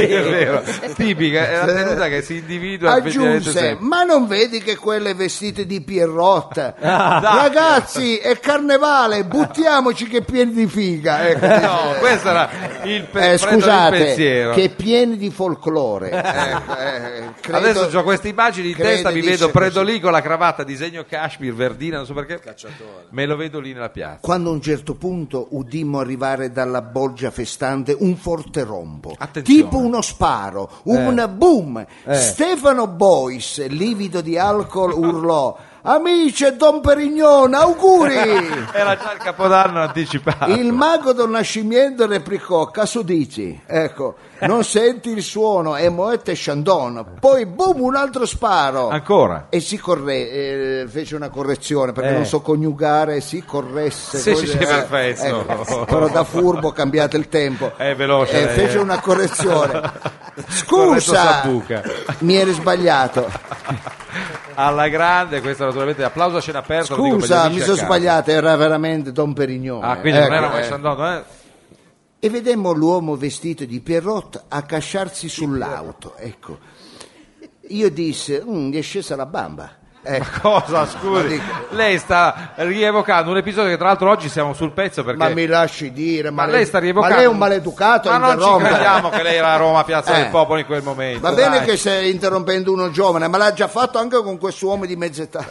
B: vero, tipica, è la tenuta che si individua effettivamente
A: aggiunse,
B: sempre.
A: ma non vedi che quelle vestite di Pierrot? Ragazzi, è carnevale, buttiamoci che pieni di figa. Ecco,
B: No, questo era il
A: scusate,
B: pensiero.
A: che pieni di folklore. Credo-
B: Adesso ho queste immagini in
A: credo
B: testa, mi
A: dice
B: vedo
A: così.
B: Predolì con la cravatta disegno cashmere verdina, non so perché, me lo vedo lì nella piazza.
A: Quando a un certo punto udimmo arrivare dalla bolgia festante un forte rombo,
B: Attenzione.
A: tipo uno sparo, un boom. Stefano Bois, livido di alcol, urlò: amici e Don Perignon, auguri!
B: Era già il capodanno anticipato.
A: Il mago Don Nascimento replicò: caso dici? Ecco, non senti il suono, è Moët e Chandon. Poi boom, un altro sparo.
B: Ancora?
A: E si fece una correzione perché non so coniugare, si corresse.
B: Sì,
A: cose-
B: sì, perfetto.
A: però da furbo cambiate il tempo.
B: È veloce, lei,
A: fece una correzione.
B: Corretto
A: Scusa,
B: Sambuca.
A: mi eri sbagliato.
B: Alla grande, questo naturalmente applauso a scena aperta. lo dico per gli
A: Scusa,
B: amici
A: mi
B: a
A: sono
B: casa.
A: sbagliato, era veramente Don Perignon.
B: Ah, quindi non
A: Ecco,
B: era mai Chandon,
A: E vedemmo l'uomo vestito di Pierrot accasciarsi sull'auto. Ecco. Io dissi: gli è scesa la bamba.
B: Cosa, scusi? Lei sta rievocando un episodio che tra l'altro oggi siamo sul pezzo perché...
A: Ma mi lasci dire,
B: Ma lei sta rievocando...
A: ma lei è un maleducato.
B: Ma non ci
A: interrompere.
B: crediamo che lei era a Roma, Piazza del Popolo in quel momento.
A: Va bene
B: dai.
A: che stai interrompendo uno giovane, ma l'ha già fatto anche con questo uomo di mezza età.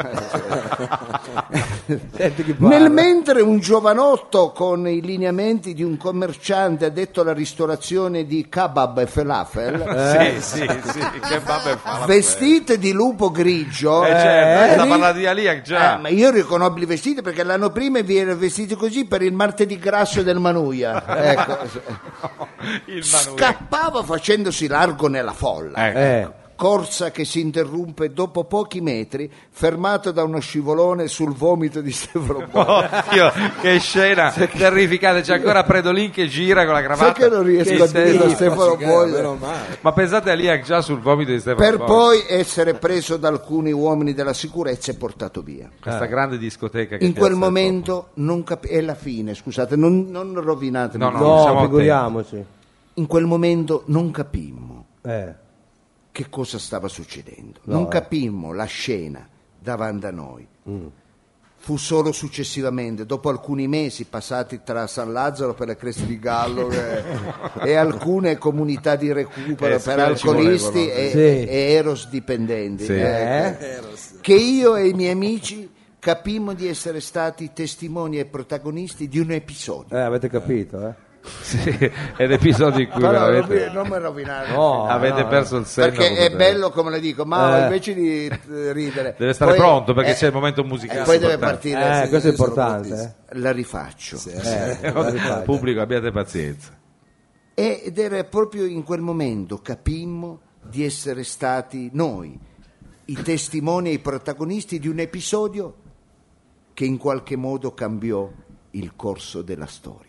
A: Nel mentre un giovanotto con i lineamenti di un commerciante addetto alla ristorazione di kebab e falafel,
B: Sì, che vabbè fa la
A: vestite di lupo grigio,
B: sta
A: ri-
B: parlando di Aliac già.
A: ma io riconobbi i vestiti perché l'anno prima vi era vestiti così per il martedì grasso del Manuia. Ecco.
B: Il Manuel.
A: Scappava facendosi largo nella folla. Corsa che si interrompe dopo pochi metri, fermato da uno scivolone sul vomito di Stefano Bois.
B: Oddio, che scena terrificante, c'è ancora Predolin che gira con la cravatta.
A: Sai che non riesco
B: Che
A: a dire
B: schifo.
A: Stefano Bois?
B: Ma pensate a Aliac già sul vomito di Stefano
A: Per
B: Bois.
A: poi essere preso da alcuni uomini della sicurezza e portato via.
B: Questa grande discoteca che
A: In
B: Piazza
A: quel
B: del
A: momento è la fine, scusate, non rovinatemi.
B: No, no.
C: No,
B: siamo
C: figuriamoci.
A: In quel momento non capimmo che cosa stava succedendo, non capimmo la scena davanti a noi. Fu solo successivamente, dopo alcuni mesi passati tra San Lazzaro per le Creste di Gallo e alcune comunità di recupero per
B: quelle ci
A: alcolisti
B: volevano,
A: e eros dipendenti, che io e i miei amici capimmo di essere stati testimoni e protagonisti di un episodio.
C: Avete capito,
B: Sì, è l'episodio in cui
A: Però
B: veramente
A: non mi rovinare.
B: avete perso il senno.
A: Perché è
B: proprio.
A: bello come le dico, ma invece di ridere
B: Deve stare
A: poi-
B: pronto perché c'è il momento musicale.
A: poi deve
B: importante.
A: partire.
C: questo è importante.
A: La rifaccio.
B: Pubblico, abbiate pazienza.
A: Ed era proprio in quel momento capimmo di essere stati noi i testimoni e i protagonisti di un episodio che in qualche modo cambiò il corso della storia.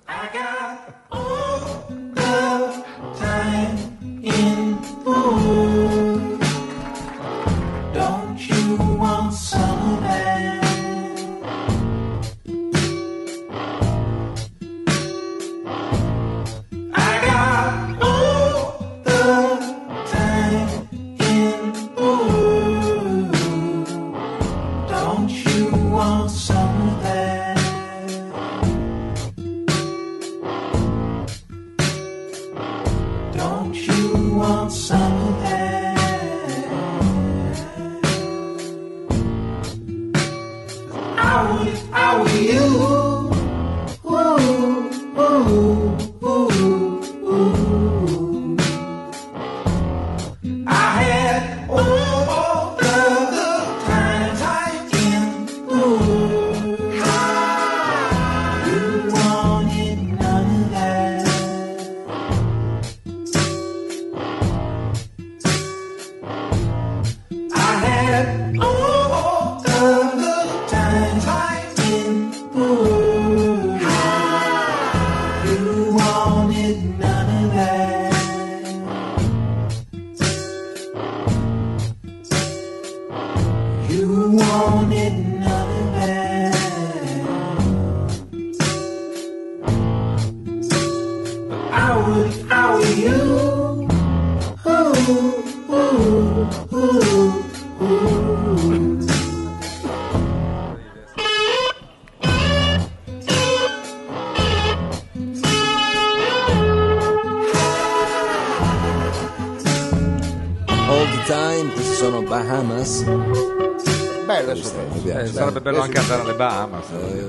E: Don't you want some of that? I got all the time in the world. Don't you want some of that? Don't you want some of that? I were you. Ooh, ooh, ooh, ooh. I had all the time in the world. You wanted none of that. I had all the time in the world. You wanted none of that. You wanted none of that. I were you.
D: All the time, questi sono Bahamas.
A: Bella sorpresa.
B: Sarebbe bello anche andare alle Bahamas.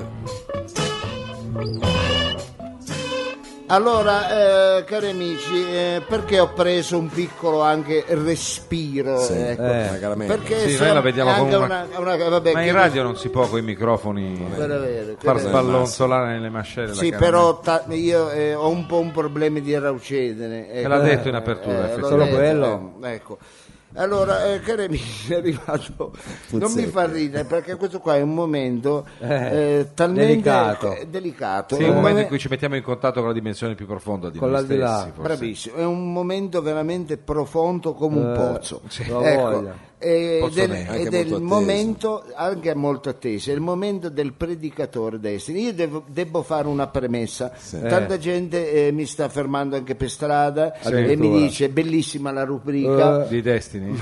A: Allora, cari amici, perché ho preso un piccolo anche respiro?
D: Sì,
A: Ecco.
D: una caramella.
A: Perché
B: Sì, noi la vediamo
A: anche
B: come
A: vabbè,
B: Ma
A: che-
B: in radio non si può con i microfoni
A: vero,
B: far
A: quello è
B: sballonzolare nelle mascelle.
A: Sì,
B: la
A: però io ho un po' un problema di raucedine.
B: Me l'ha detto in apertura,
A: l'ho
B: effettivamente.
C: Solo
A: detto,
C: quello?
A: ecco. Allora, cari amici, è arrivato. Non mi fa ridere perché questo qua è un momento talmente delicato.
B: Sì,
A: È
B: un
A: un
B: momento in
A: momen-
B: cui ci mettiamo in contatto con la dimensione più profonda di
C: Con
B: noi
C: l'aldilà.
B: stessi, forse.
A: Bravissimo, è un momento veramente profondo come un pozzo.
C: Lo voglio.
A: Ed
D: Anche
A: è
D: molto
A: il
D: atteso.
A: momento anche molto atteso, è il momento del predicatore Destiny. Io devo fare una premessa. Tanta gente mi sta fermando anche per strada e mi
C: Addirittura.
A: dice bellissima la rubrica
B: Di Destiny?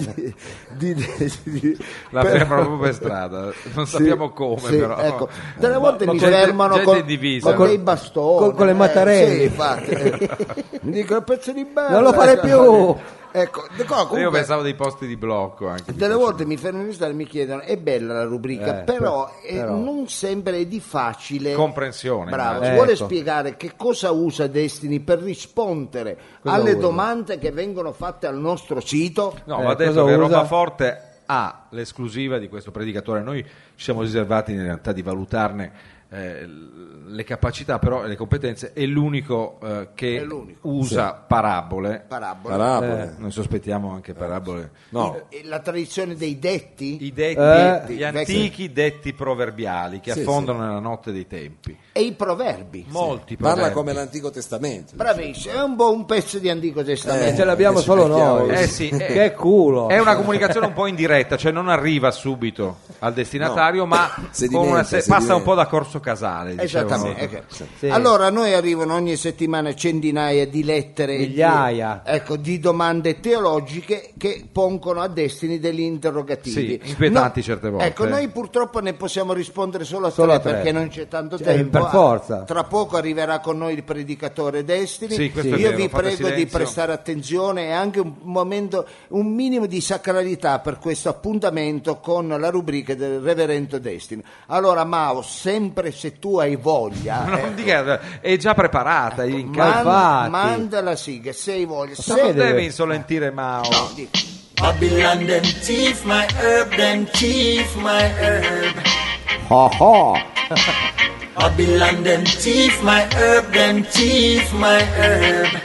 A: di-
B: La
A: per-
B: fermano proprio per strada, non sappiamo come
A: sì,
B: però.
A: ecco. Delle volte mi
B: gente-
A: fermano
B: gente
A: con,
B: in divisa.
A: con dei bastoni
C: con le mattarelli.
A: sì, infatti, mi dicono pezzo di bello,
C: Non lo fare più.
A: ecco, comunque,
B: Io pensavo dei posti di blocco anche.
A: delle volte mi fermano in strada e mi chiedono è bella la rubrica, però non sempre è di facile
B: Comprensione,
A: bravo,
B: immagino.
A: vuole
C: Ecco.
A: spiegare che cosa usa Destiny per rispondere
C: Cosa
A: alle
C: usa?
A: domande che vengono fatte al nostro sito?
B: No, va detto
C: cosa
B: che
C: usa?
B: Roba Forte ha l'esclusiva di questo predicatore. Noi ci siamo riservati in realtà di valutarne le capacità però e le competenze. È l'unico che
A: È l'unico.
B: usa parabole.
D: Parabole.
B: Noi sospettiamo anche parabole.
D: No,
A: E la tradizione dei detti
B: I detti, gli
A: vecchi.
B: antichi detti proverbiali che
D: Sì,
B: affondano nella notte dei tempi.
A: e i proverbi.
B: Molti
D: parla
B: proverbi.
D: come l'Antico Testamento.
A: Bravissimo, è un po' un pezzo di Antico Testamento.
C: Ce l'abbiamo
D: Che ci
C: solo
D: becchiamo.
C: noi.
B: Sì,
C: Che culo.
B: È una comunicazione un po' indiretta, cioè non arriva subito al destinatario, ma
D: Sedimenta,
B: passa un
D: sedimenta.
B: po' da corso casale. dicevano.
A: Esattamente.
C: Sì.
A: Allora a noi arrivano ogni settimana centinaia di lettere,
C: Migliaia.
A: di domande teologiche che pongono a Destiny degli interrogativi.
B: Sì, inquietanti certe volte.
A: Ecco, noi purtroppo ne possiamo rispondere solo
C: Solo
A: a
C: a
A: tre
C: tre.
A: perché non c'è tanto
C: Cioè,
A: tempo.
C: per forza.
A: Tra poco arriverà con noi il predicatore Destiny.
B: Sì, questo è
A: Io
B: vero,
A: vi
B: fate
A: prego di
B: silenzio.
A: prestare attenzione e anche un momento, un minimo di sacralità per questo appuntamento con la rubrica del reverendo Destiny. Allora Mao, sempre se tu hai voglia,
B: Non dica, è già preparata in casa.
C: Infatti.
A: manda la sigla, se hai voglia.
C: che
A: Se
B: Non
C: deve-
B: deve insolentire Mao.
I: Babylon them thief my herb, them thief my herb.
C: Oh, oh.
I: Babylon them thief my herb, them thief my herb.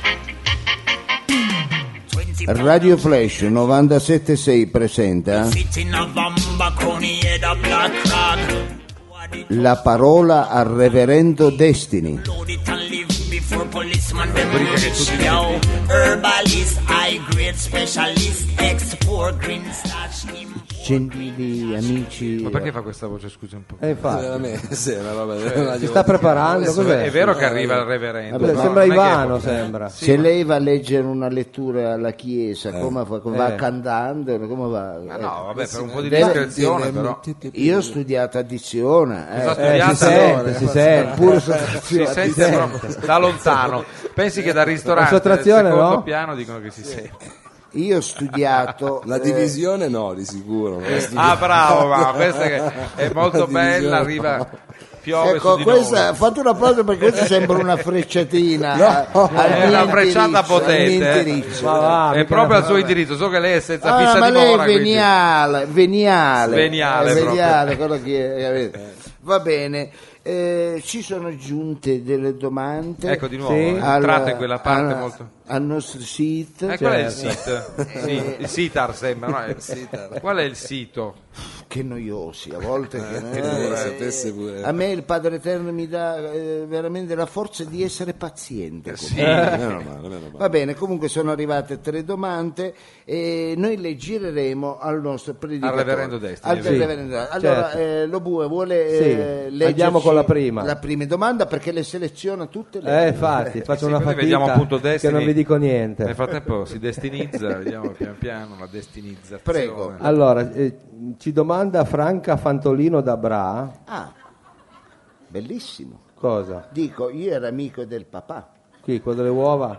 A: Radio Flash 976 presenta
I: Sitting a bamba coney head a black rag.
A: la parola al reverendo Destiny.
I: Load it and live before policeman them
B: Rubrica che
I: reach.
B: tutti
I: Yo, herbalist, high grade specialist, export green stash him.
A: Gentili amici,
B: Ma perché fa questa voce, scusi un po'?
C: Infatti.
D: Veramente, sì, è una roba
C: Si sta preparando, cos'è?
B: È vero che arriva il reverendo.
C: Vabbè,
B: no?
C: sembra
B: Non è che-
C: Ivano, sembra.
A: se lei va a leggere una lettura alla chiesa, come va cantando, come va?
B: Ah, no, vabbè, per un po' di
A: Deve-
B: discrezione però.
A: Io ho studiato addizione,
B: Cosa
C: Si
B: studiata?
C: sente, si sente.
A: pure
B: Si sente proprio da lontano. Pensi che dal ristorante
C: La
B: del
C: sottrazione,
B: secondo
C: no?
B: piano dicono che si sente.
A: io ho studiato
D: La divisione no, di sicuro. non è
B: Ah, bravo, ma questa che è molto
D: La divisione,
B: bella, arriva, piove
A: ecco,
B: su di
A: questa,
B: noi.
A: fate un applauso perché questa sembra una frecciatina
B: è una frecciata potente.
A: al mio indirizzo.
C: Ma va,
B: È
C: mica-
B: proprio al suo indirizzo, so che lei è senza
A: Ah,
B: fissa
A: ma lei
B: dimora.
A: è
B: quindi-
A: veniale,
B: Veniale
A: veniale, quello che è, capito? Va bene, ci sono giunte delle domande.
B: Ecco di nuovo,
C: Sì.
B: è entrata in quella parte molto...
A: al nostro sito.
B: Qual è il
C: Certo.
B: sito? Sì, il sitar sembra, no? Qual è il sito?
A: che noiosi, a volte
D: sapesse pure.
A: a me il Padre Eterno mi dà veramente la forza di essere paziente.
B: Sì.
D: Meno male.
A: Va bene, comunque sono arrivate 3 domande e noi le gireremo al nostro predicatore.
B: Al reverendo Destiny.
A: Al reverendo Destiny. Allora,
C: Certo.
A: lo Bue vuole
C: Sì,
A: leggerci
C: andiamo con la prima.
A: La prima domanda perché le seleziona tutte le
C: Infatti, faccio
B: Sì,
C: una
B: così
C: fatica
B: vediamo appunto
C: che
B: Destiny.
C: non vi dico niente.
B: Nel frattempo si destinizza, vediamo pian piano la destinizzazione.
A: Prego.
C: Allora, ci domanda Franca Fantolino da Bra.
A: Ah, bellissimo.
C: Cosa?
A: Dico, io ero amico del papà.
C: Qui, quello delle uova?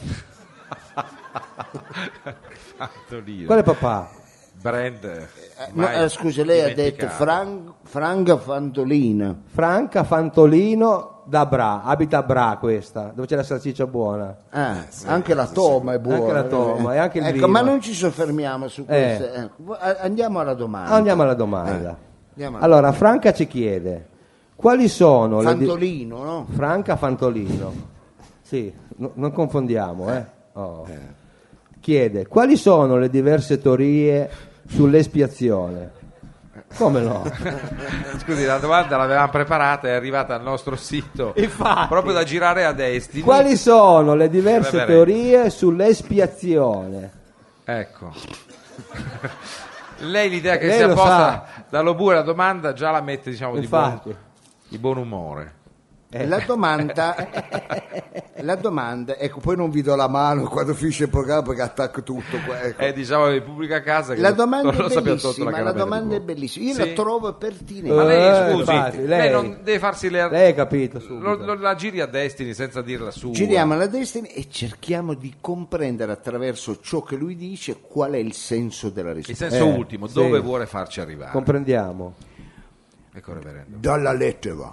B: Fantolino.
C: Quale papà?
B: Brand.
A: No, scusa, lei ha detto
B: dimenticato.
A: Franca Fantolina.
C: Franca Fantolino da Bra, abita a Bra questa, dove c'è la salsiccia buona.
A: Ah, anche la toma è buona.
C: Anche la toma, e anche il
A: ecco,
C: vino.
A: ma non ci soffermiamo su questo. Andiamo alla domanda.
C: Andiamo alla domanda.
A: Andiamo alla-
C: Allora, Franca ci chiede, quali sono
A: Fantolino, no?
C: Franca Fantolino. Sì, non confondiamo, Oh. Chiede, quali sono le diverse teorie sull'espiazione? Come no?
B: Scusi, la domanda l'avevamo preparata, è arrivata al nostro sito
C: Infatti.
B: proprio da girare a Destiny.
C: Quali sono le diverse
B: Reverendo.
C: teorie sull'espiazione?
B: Ecco. Lei l'idea che
C: Lei
B: sia
C: lo
B: posta dallo Bue la domanda già la mette, diciamo,
C: Infatti.
B: di buon umore.
A: La domanda, ecco, poi non vi do la mano quando finisce il programma perché attacco tutto. Ecco.
B: Diciamo di pubblica casa che
A: La domanda
B: non
A: è
B: lo sappiamo sotto
A: bellissima, la
B: caramella
A: domanda è
B: di Bue.
A: bellissima. Io
B: Sì.
A: la trovo pertinente.
B: Ma lei, scusi,
C: infatti,
B: lei non deve farsi le...
C: Lei ha capito subito.
B: la giri a Destiny senza dirla sua.
A: Giriamo alla Destiny e cerchiamo di comprendere attraverso ciò che lui dice qual è il senso della
B: Il
A: risposta.
B: senso ultimo,
C: sì.
B: dove vuole farci arrivare.
C: Comprendiamo.
B: Ecco, reverendo.
A: Dalla lettera,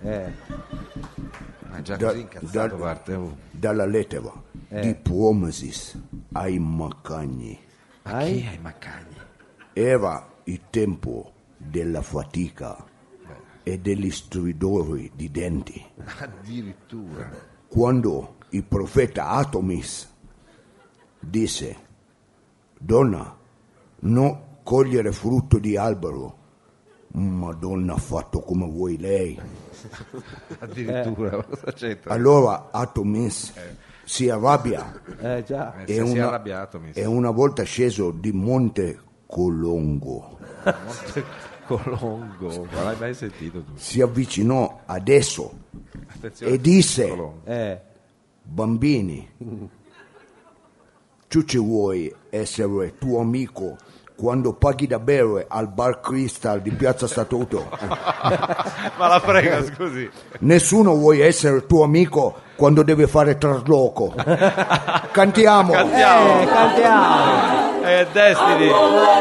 B: Ma già
A: Da-
B: così incazzato
A: da-
B: parte.
A: dalla lettera di Promesis ai Maccagni.
B: Ma chi è i Maccagni?
A: Era il tempo della fatica e degli stridori di denti.
B: Addirittura.
A: Quando il profeta Atomis disse: donna, non cogliere frutto di albero, Madonna ha fatto come vuoi lei.
B: Addirittura, cosa c'entra?
A: Allora Atomis si arrabbia
C: Già.
B: Si è arrabbiato, mi sa.
A: e una volta sceso di Monte Colongo
B: Colongo, ma l'hai mai sentito tu?
A: si avvicinò ad esso
B: Attenzione,
A: e disse:
B: Colongo.
A: bambini, tu ci vuoi essere tuo amico quando paghi da bere al bar Crystal di Piazza Statuto?
B: Ma la prego, scusi.
A: Nessuno vuoi essere tuo amico quando deve fare trasloco. Cantiamo.
C: Cantiamo.
B: Destiny.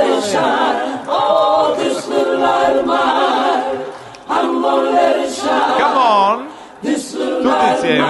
B: Come on. Tutti insieme.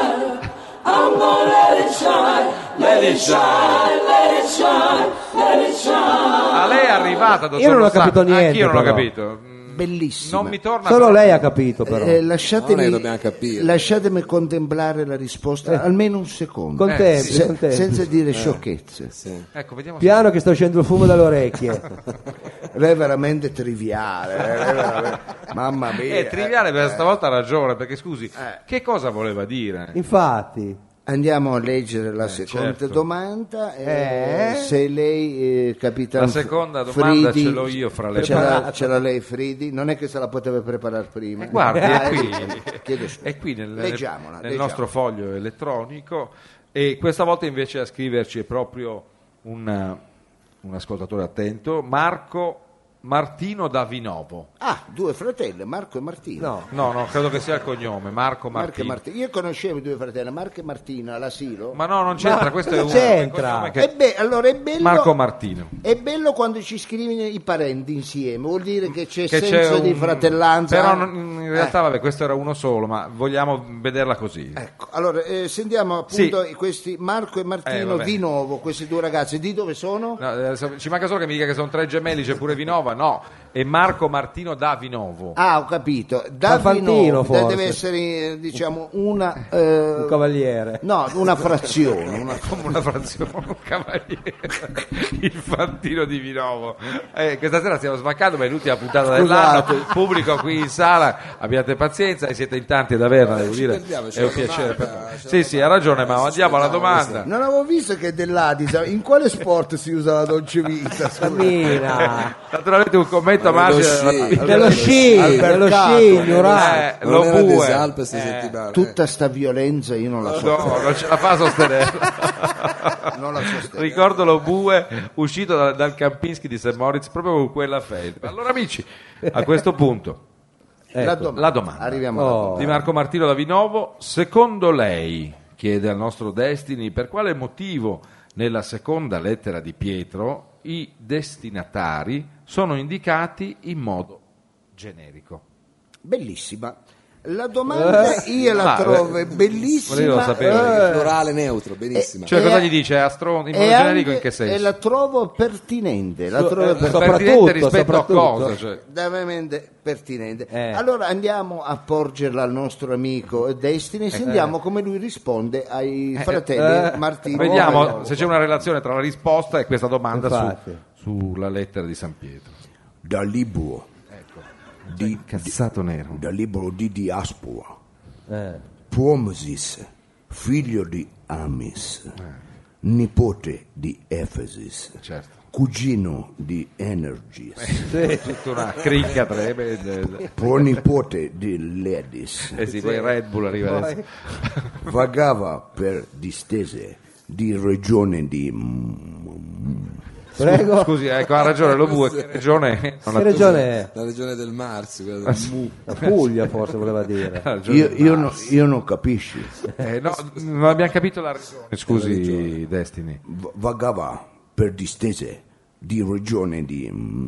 B: Let it shine. A lei è arrivata, dottor
C: Io non ho
B: Rossano.
C: capito niente,
B: Anch'io non ho
C: però.
B: capito.
A: Bellissima.
B: Non mi torna
C: Solo
B: proprio.
C: lei ha capito però.
D: No,
A: Lasciatemi,
D: noi dobbiamo capire.
A: lasciatemi contemplare la risposta almeno un secondo.
C: Contenti,
B: sì.
C: contenti.
A: Senza dire sciocchezze.
D: Sì.
B: Ecco, vediamo
C: Piano che sta uscendo il fumo dalle orecchie.
A: Lei è veramente triviale. Mamma mia.
B: È triviale, per stavolta ha ragione, perché scusi, che cosa voleva dire?
C: Infatti.
A: Andiamo a leggere la seconda
B: certo.
A: domanda. Se lei, Capitano
B: La seconda domanda
A: Fridi,
B: ce l'ho io fra le
A: ce l'ha lei Fridi? Non è che se la poteva preparare prima.
B: Guardi, è qui,
A: Chiedo scusa.
B: è qui
A: Leggiamola,
B: nel nostro foglio elettronico, e questa volta invece a scriverci è proprio un ascoltatore attento, Marco Martino da Vinovo.
A: Ah, due fratelli, Marco e Martino.
B: No, credo che sia il cognome, Marco
A: Marco e
B: Martino.
A: Martino. Io conoscevo i due fratelli, Marco e Martino all'asilo.
B: Ma no, non c'entra, questo è un
C: c'entra.
B: cognome che...
A: Allora è bello.
B: Marco Martino.
A: È bello quando ci scrivono i parenti insieme, vuol dire che c'è
B: Che
A: senso
B: c'è
A: di
B: un-
A: fratellanza.
B: Però in realtà, vabbè, questo era uno solo, ma vogliamo vederla così.
A: Ecco, allora sentiamo appunto questi Marco e Martino
B: vabbè.
A: Vinovo, questi due ragazzi, di dove sono?
B: No, ci manca solo che mi dica che sono tre gemelli, c'è pure Vinova, no. e Marco Martino da Vinovo.
A: Ah, ho capito. Da
C: Fantino,
A: Vinovo
C: forse.
A: deve essere, diciamo, una
C: Un cavaliere.
A: no, una frazione,
B: Come una frazione, un cavaliere, il Fantino di Vinovo. Questa sera stiamo svaccando, ma è l'ultima puntata dell'anno. Pubblico qui in sala, abbiate pazienza, e siete in tanti ad averla, devo dire. È un piacere. Sì, ha ragione, ma andiamo alla domanda.
A: Non avevo visto che dell'Adis, in quale sport si usa la dolce vita?
C: Mina.
B: Naturalmente un commento a margine.
C: Dello sci, ignorante.
B: Lo bue.
A: Tutta sta violenza io non la so.
B: No, non ce la fa a sostenere.
A: Non la sostengo.
B: Ricordo lo bue uscito dal Kempinski di St. Moritz proprio con quella felpa. Allora amici, a questo punto
A: La
B: la domanda
A: Arriviamo alla domanda.
B: di Marco Martino da Vinovo: secondo lei, chiede al nostro Destiny, per quale motivo nella seconda lettera di Pietro i destinatari sono indicati in modo generico?
A: Bellissima. La domanda io la trovo
B: volevo
A: bellissima.
B: sapere.
D: Plurale neutro, benissimo.
B: Cioè, cosa gli dice? In modo generico in che senso?
A: E la trovo pertinente.
B: Pertinente rispetto a cosa? Cioè?
A: Davvero pertinente. Allora andiamo a porgerla al nostro amico Destiny, sentiamo come lui risponde ai fratelli Martino.
B: Vediamo se c'è una relazione tra la risposta e questa domanda
C: Infatti.
B: sulla lettera di San Pietro.
A: Dal libro di
B: Cazzato nero.
A: dal libro di Diaspora. Promesis, figlio di Amis, nipote di Efesis,
B: Certo.
A: cugino di Energis,
B: Tutta una cricca tremenda.
A: pronipote di Ledis,
B: Sì, poi Red Bull arriva adesso.
A: vagava per distese di regione di
C: Prego.
B: Scusi, ecco, ha ragione lo bue. Che regione?
C: Che regione è?
D: La regione del Marzo, quella del Mu.
C: La Puglia forse voleva dire.
A: io non capisci.
B: No, non abbiamo capito la regione. Scusi, Destiny.
A: Vagava per distese di regione di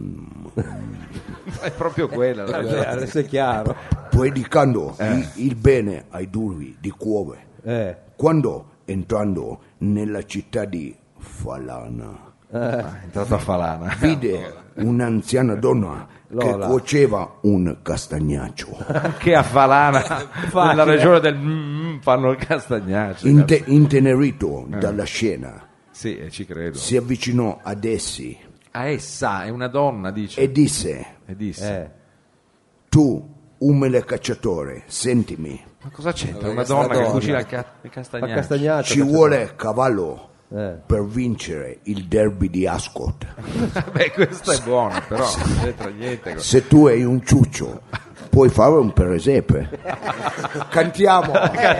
B: È proprio quella. la regione.
C: Adesso è chiaro.
A: predicando il bene ai duri di cuore. Quando entrando nella città di Falana
B: È entrato a Falana.
A: vide un'anziana donna che cuoceva un castagnaccio.
B: Che a Falana, nella regione del fanno il castagnaccio.
A: Intenerito dalla scena,
B: Sì, ci credo.
A: si avvicinò ad essi
B: A essa, è una donna, dice.
A: e disse:
B: E disse.
A: tu, umile cacciatore, sentimi,
B: Ma cosa c'entra una donna che cucina il castagnaccio?
C: Castagnaccio.
A: ci vuole cavallo per vincere il derby di Ascot.
B: Beh, questo è buono, però non c'entra niente.
A: Se tu hai un ciuccio, puoi fare un presepe. Cantiamo.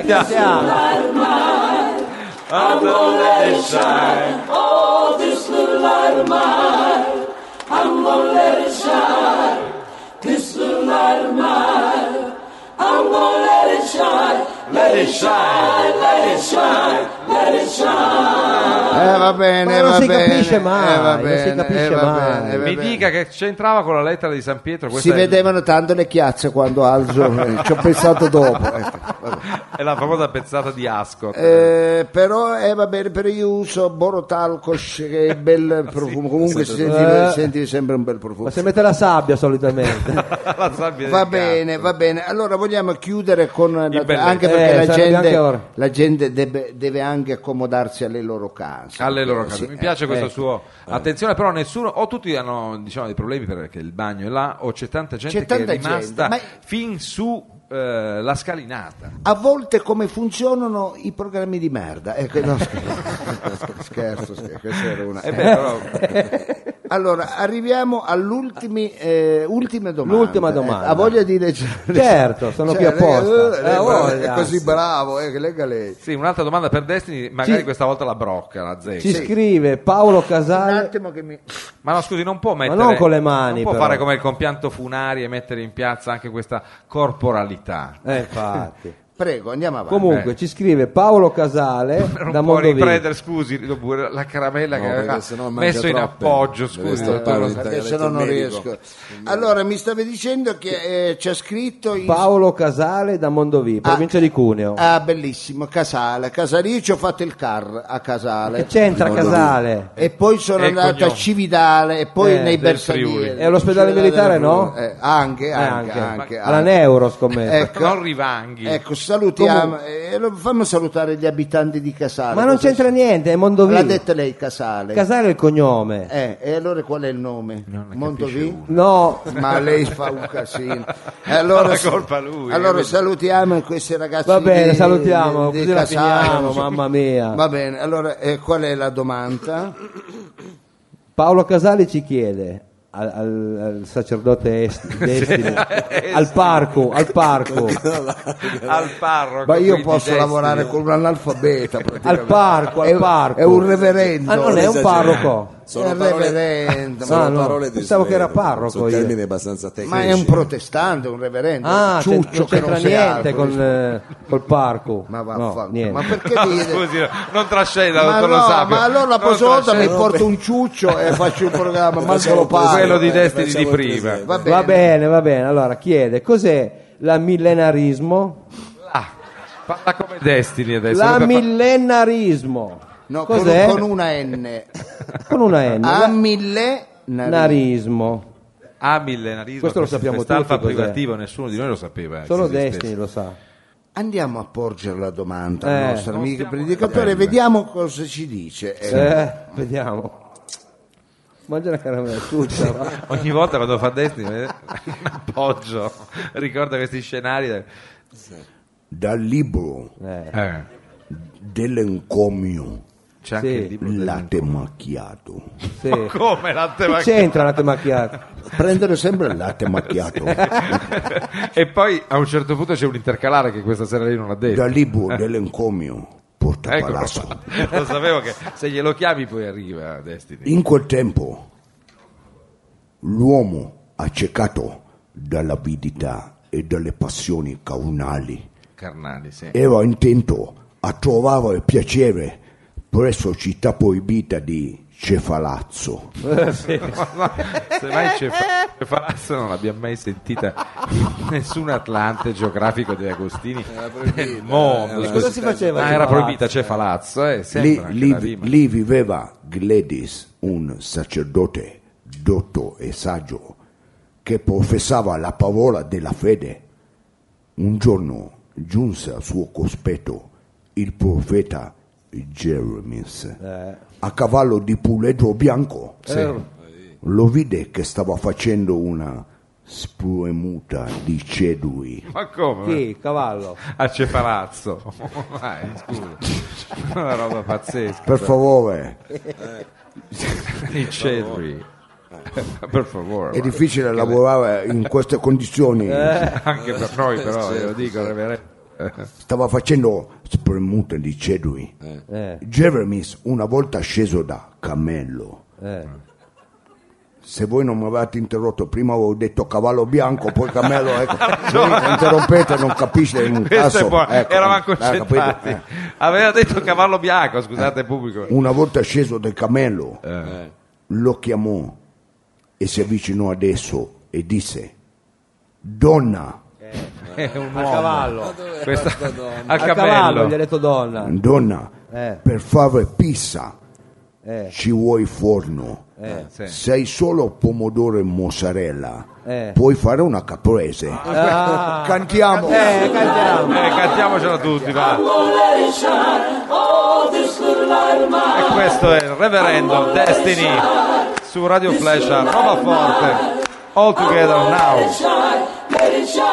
A: Va bene,
C: Ma non
A: va
C: si
A: bene,
C: capisce mai,
A: va
C: non si
A: bene,
C: capisce
A: va
C: mai.
A: bene, va
B: Mi
A: bene.
B: dica che c'entrava con la lettera di San Pietro.
A: Si
B: Questa
A: vedevano tanto le chiazze quando alzo, ci ho pensato dopo.
B: è la famosa pezzata di Ascot.
A: Però va bene, però io uso Borotalcos, che è il bel profumo, comunque senti sempre un bel profumo.
C: Ma si mette la sabbia solitamente.
B: La sabbia del
A: Va
B: gatto.
A: bene, va bene. Allora vogliamo chiudere con
B: bellezza.
A: anche perché
C: sarebbe anche ora.
A: la gente deve anche accomodarsi alle loro case.
B: Alle loro case.
A: Sì,
B: Mi piace questo
A: ecco.
B: suo attenzione, però nessuno, o tutti hanno diciamo dei problemi perché il bagno è là, o c'è tanta gente
A: C'è tanta
B: che è rimasta
A: gente,
B: fin su la scalinata.
A: A volte come funzionano i programmi di merda. Ecco, no, scherzo, questa era una.
B: Però,
A: Allora, arriviamo all'ultime domande.
C: L'ultima domanda.
A: Ha voglia di leggere?
C: Certo, sono qui apposta.
A: È così bravo, che legga lei.
B: sì, un'altra domanda per Destiny, magari questa volta la brocca, la zecca.
C: Ci scrive Paolo
A: Un
C: Casale.
A: attimo che mi...
B: Ma no, scusi, non può mettere,
C: non con le mani,
B: non può
C: però.
B: fare come il compianto Funari e mettere in piazza anche questa corporalità.
C: Infatti.
A: Prego, andiamo avanti.
C: Comunque ci scrive Paolo Casale
B: Non
C: da
B: può
C: Mondovì.
B: riprendere, scusi, la caramella
D: No,
B: che
D: perché
B: aveva
D: sennò mangia
B: messo in
D: troppe.
B: appoggio,
D: Deve
B: scusi,
D: stoppare
B: dottor.
D: il
A: Perché se no non
D: medico.
A: riesco. Allora, mi stavi dicendo che c'è scritto
C: Paolo Casale da Mondovì, provincia di Cuneo.
A: Ah, bellissimo, Casale. Io ci ho fatto il car a Casale.
C: Che c'entra Casale?
A: E poi sono
B: Ecco,
A: andato a
B: no.
A: Cividale e poi nei
B: del
A: Bersanieri.
B: Friuli.
C: E all'ospedale militare, no?
A: Anche.
C: Alla Neuro, scommetto.
A: Ecco.
B: Non Rivanghi.
A: Ecco, salutiamo. Fammi salutare gli abitanti di Casale.
C: Ma non c'entra niente, è Mondovì.
A: L'ha detto lei, Casale.
C: Casale è il cognome.
A: E allora qual è il nome? Mondovì?
C: No,
A: Ma lei fa un casino. E allora,
B: Fa la colpa a lui,
A: allora salutiamo questi ragazzi.
C: va bene,
A: di-
C: salutiamo,
A: di
C: così la
A: Casale.
C: finiamo, mamma mia.
A: Va bene, allora qual è la domanda?
C: Paolo Casale ci chiede al sacerdote Destini, al parco.
B: Al parroco.
A: Ma io
B: quindi
A: posso
B: Destiny.
A: lavorare con un analfabeta
C: Al
A: praticamente.
C: parco.
A: È un reverendo.
C: Ah, non è un parroco.
D: Sono
A: È
D: parole,
A: reverendo.
D: sono
C: Ah, no,
D: parole di
C: pensavo che era
D: Svevia,
C: parroco
D: sono
C: io.
D: termini abbastanza tecnici.
A: Ma è un protestante, un reverendo.
C: Ah,
A: Ciuccio
C: non
A: che
C: c'entra
A: non sei
C: niente
A: altro.
C: col parco.
A: Ma
C: No,
A: vaffanculo.
C: niente.
A: Ma perché
B: No,
A: dire?
B: scusi, non trascenda,
A: Ma
B: dottor
A: no,
B: Lo Sapio.
A: ma allora la
B: Non
A: prossima volta mi
B: trascenda.
A: porto un ciuccio e faccio il programma, ma se lo
D: Facciamo
A: pago.
B: Quello di Destiny di
D: facciamo il
B: prima.
D: presente.
A: Va bene.
C: Va bene. Allora chiede cos'è la millenarismo?
B: Parla come Destiny adesso.
C: La
B: Per fa-
C: millenarismo.
A: No,
C: Cos'è?
A: con una N.
C: Con una N.
A: A
C: La-
A: mille
C: Narismo.
B: millenarismo.
C: Questo lo sappiamo
B: Quest'alfa
C: tutti cos'è.
B: privativo nessuno di noi lo sapeva.
C: Solo
B: che esistesse.
C: Destiny lo sa.
A: Andiamo a porgere la domanda al nostro
B: non
A: amico
B: stiamo
A: predicatore e
B: capendo.
A: vediamo cosa ci dice.
C: Vediamo. Mangia la caramella tutta. va.
B: Ogni volta quando fa Destiny appoggio, ricorda questi scenari.
A: Dal libro dell'encomio
B: C'è anche
C: Sì.
B: il libro del-
A: latte macchiato.
C: Sì.
B: Come latte
C: Che
B: macchiato?
C: c'entra latte macchiato?
A: Prendere sempre il latte macchiato.
B: E poi a un certo punto c'è un intercalare che questa sera lei non ha detto.
A: Dal libro dell'encomio porta
B: Ecco,
A: palazzo.
B: lo sapevo che se glielo chiami poi arriva Destiny.
A: In quel tempo l'uomo accecato dall'avidità e dalle passioni carnali
B: Carnali, sì.
A: era intento a trovare piacere presso città proibita di Cefalazzo.
B: Se mai Cefalazzo non l'abbiamo mai sentita in nessun Atlante geografico degli Agostini del mondo.
C: Cosa si faceva?
B: Ah, era proibita Cefalazzo,
A: Lì,
B: sempre anche la rima.
A: lì viveva Gledis, un sacerdote dotto e saggio che professava la parola della fede. Un giorno giunse al suo cospetto il profeta Geremis a cavallo di puledro bianco. Lo vide che stava facendo una spremuta di cedui.
B: Ma come?
C: Chi? Cavallo.
B: A Cefalazzo. Dai, scusa. Una roba pazzesca.
A: Per favore,
B: I cedri. Per favore.
A: è difficile lavorare in queste condizioni.
B: Anche per noi però, ve lo dico, reverendo.
A: Stava facendo spremuta di cedui. Jeremis una volta sceso da cammello. Se voi non mi avete interrotto prima avevo detto cavallo bianco poi cammello, ecco. Voi interrompete, non capisce un
B: Questo
A: cazzo.
B: è buono.
A: Ecco,
B: Eravamo
A: capito?
B: concentrati. Aveva detto cavallo bianco, scusate pubblico.
A: Una volta sceso dal cammello lo chiamò e si avvicinò ad esso e disse: donna,
B: È un
C: A
B: uomo.
C: cavallo.
B: Questa- a
C: A cavallo
B: cavallo.
C: gli ha detto donna.
A: donna, per fare pizza ci vuoi forno.
B: Sì.
A: Sei solo pomodoro e mozzarella, puoi fare una caprese. Cantiamo.
C: Cantiamo.
B: Cantiamocela tutti, va. E questo è il reverendo Destiny su Radio Flash a Roma Forte. All together now.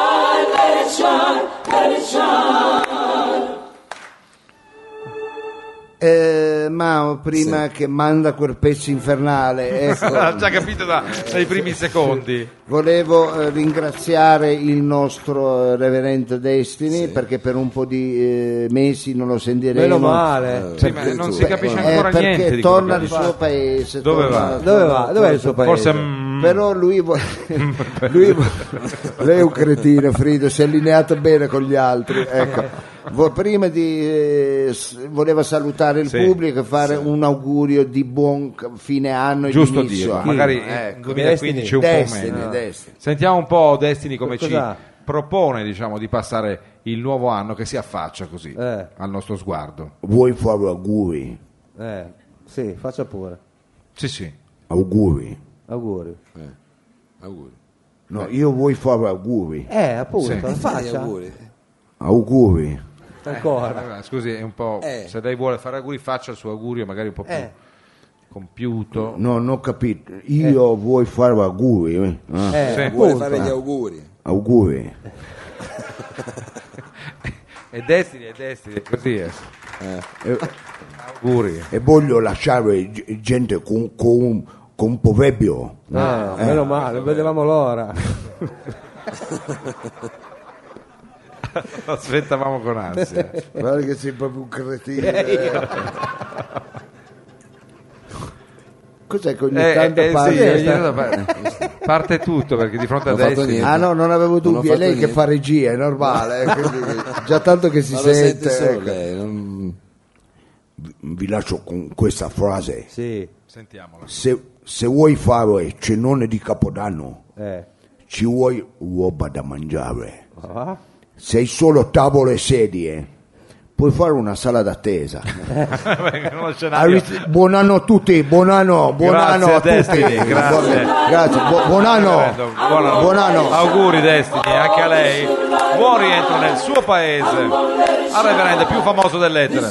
A: Mao, prima che manda quel pezzo infernale, ecco,
B: Ha già capito dai primi secondi.
A: volevo ringraziare il nostro reverendo Destiny perché per un po' di mesi non lo sentiremo.
C: Meno male.
B: Sì, ma non si capisce ancora
A: perché
B: niente di
A: torna al
B: quello che
A: suo paese.
B: Dove
A: torna-
B: va?
C: Dove va? Dov'è il suo paese?
B: Forse
A: però lui lei è un cretino, Frido, si è allineato bene con gli altri, ecco. Prima voleva salutare il pubblico e fare un augurio di buon fine anno e
B: giusto
A: di inizio
B: dirlo,
A: anno.
B: magari 2015 un po' meno.
A: Destiny.
B: Sentiamo un po' Destiny come ci
C: Cos'ha?
B: propone, diciamo, di passare il nuovo anno, che si affaccia così al nostro sguardo.
A: Vuoi fare auguri?
C: Sì, faccia pure.
B: Sì.
A: Auguri.
C: Auguri.
D: Auguri.
A: No, io vuoi fare auguri.
C: Appunto,
B: Sì.
C: faccia.
A: Auguri.
C: Ancora.
B: Scusi, è un po'. Se lei vuole fare auguri, faccia il suo augurio, magari un po' più compiuto.
A: No, non ho capito. Io vuoi fare auguri?
D: Vuole
C: appunto.
D: fare gli auguri.
A: Auguri.
B: È Destiny, così è. Auguri.
A: E voglio lasciare gente con un proverbio.
C: Meno male, vedevamo l'ora.
B: Aspettavamo con ansia.
A: Guarda che sei proprio un cretino. Cos'è che ogni tanto
B: parte tutto, perché di fronte a
D: Non ho fatto
B: Destiny.
D: niente.
A: Ah no, non avevo dubbi,
D: Non ho
A: è lei
D: fatto
A: che
D: niente.
A: fa regia, è normale, quindi già tanto che si
D: Ma lo
A: sente.
D: sente solo
A: ecco.
D: lei, non-
A: Vi lascio con questa frase.
C: Sì.
B: Sentiamola.
A: Se vuoi fare cenone di Capodanno, ci vuoi roba da mangiare. Se hai solo tavolo e sedie, puoi fare una sala d'attesa.
B: Uno scenario.
A: Buon anno a tutti, buon anno
B: Grazie
A: a
B: a Destiny,
A: tutti.
B: grazie.
A: Grazie, buon anno. Buon anno.
B: Auguri Destiny anche a lei. Buon rientro nel suo paese. Al reverendo più famoso dell'etere.